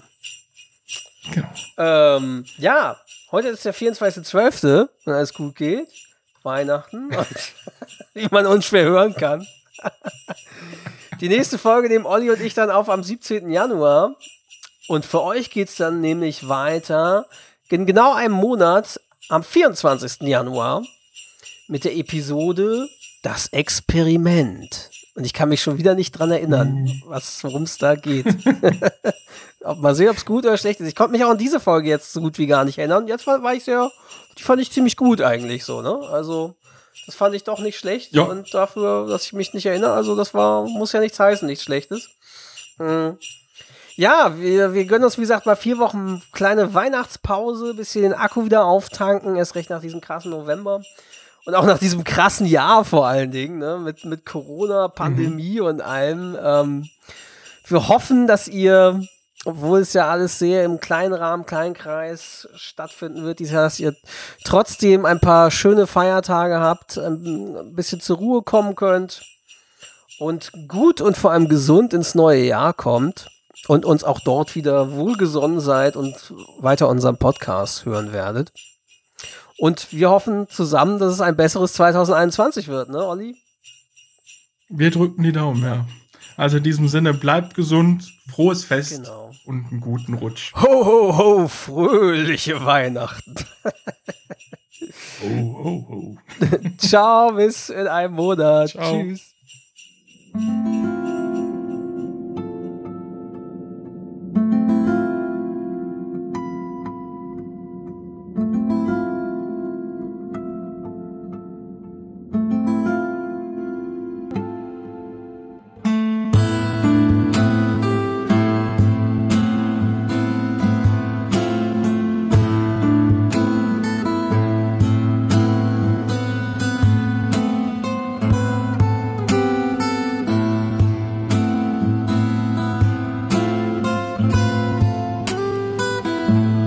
Heute ist der 24.12., wenn alles gut geht. Weihnachten. Und wie man unschwer hören kann. Die nächste Folge nehmen Olli und ich dann auf am 17. Januar. Und für euch geht's dann nämlich weiter in genau einem Monat am 24. Januar mit der Episode Das Experiment. Und ich kann mich schon wieder nicht dran erinnern, worum es da geht. Mal sehen, ob es gut oder schlecht ist. Ich konnte mich auch an diese Folge jetzt so gut wie gar nicht erinnern. Jetzt die fand ich ziemlich gut eigentlich so, ne? Also, das fand ich doch nicht schlecht. Ja. Und dafür, dass ich mich nicht erinnere, also muss ja nichts heißen, nichts Schlechtes. Ja, wir gönnen uns, wie gesagt, mal 4 Wochen kleine Weihnachtspause, bis wir den Akku wieder auftanken, erst recht nach diesem krassen November. Und auch nach diesem krassen Jahr vor allen Dingen, ne, mit Corona, Pandemie und allem. Wir hoffen, dass ihr, obwohl es ja alles sehr im kleinen Rahmen, Kleinkreis stattfinden wird dieses Jahr, dass ihr trotzdem ein paar schöne Feiertage habt, ein bisschen zur Ruhe kommen könnt und gut und vor allem gesund ins neue Jahr kommt und uns auch dort wieder wohlgesonnen seid und weiter unseren Podcast hören werdet. Und wir hoffen zusammen, dass es ein besseres 2021 wird, ne, Olli? Wir drücken die Daumen, ja. Also in diesem Sinne, bleibt gesund, frohes Fest und einen guten Rutsch. Ho, ho, ho, fröhliche Weihnachten. Ho, ho, ho. Ciao, bis in einem Monat. Ciao. Tschüss. Tschüss.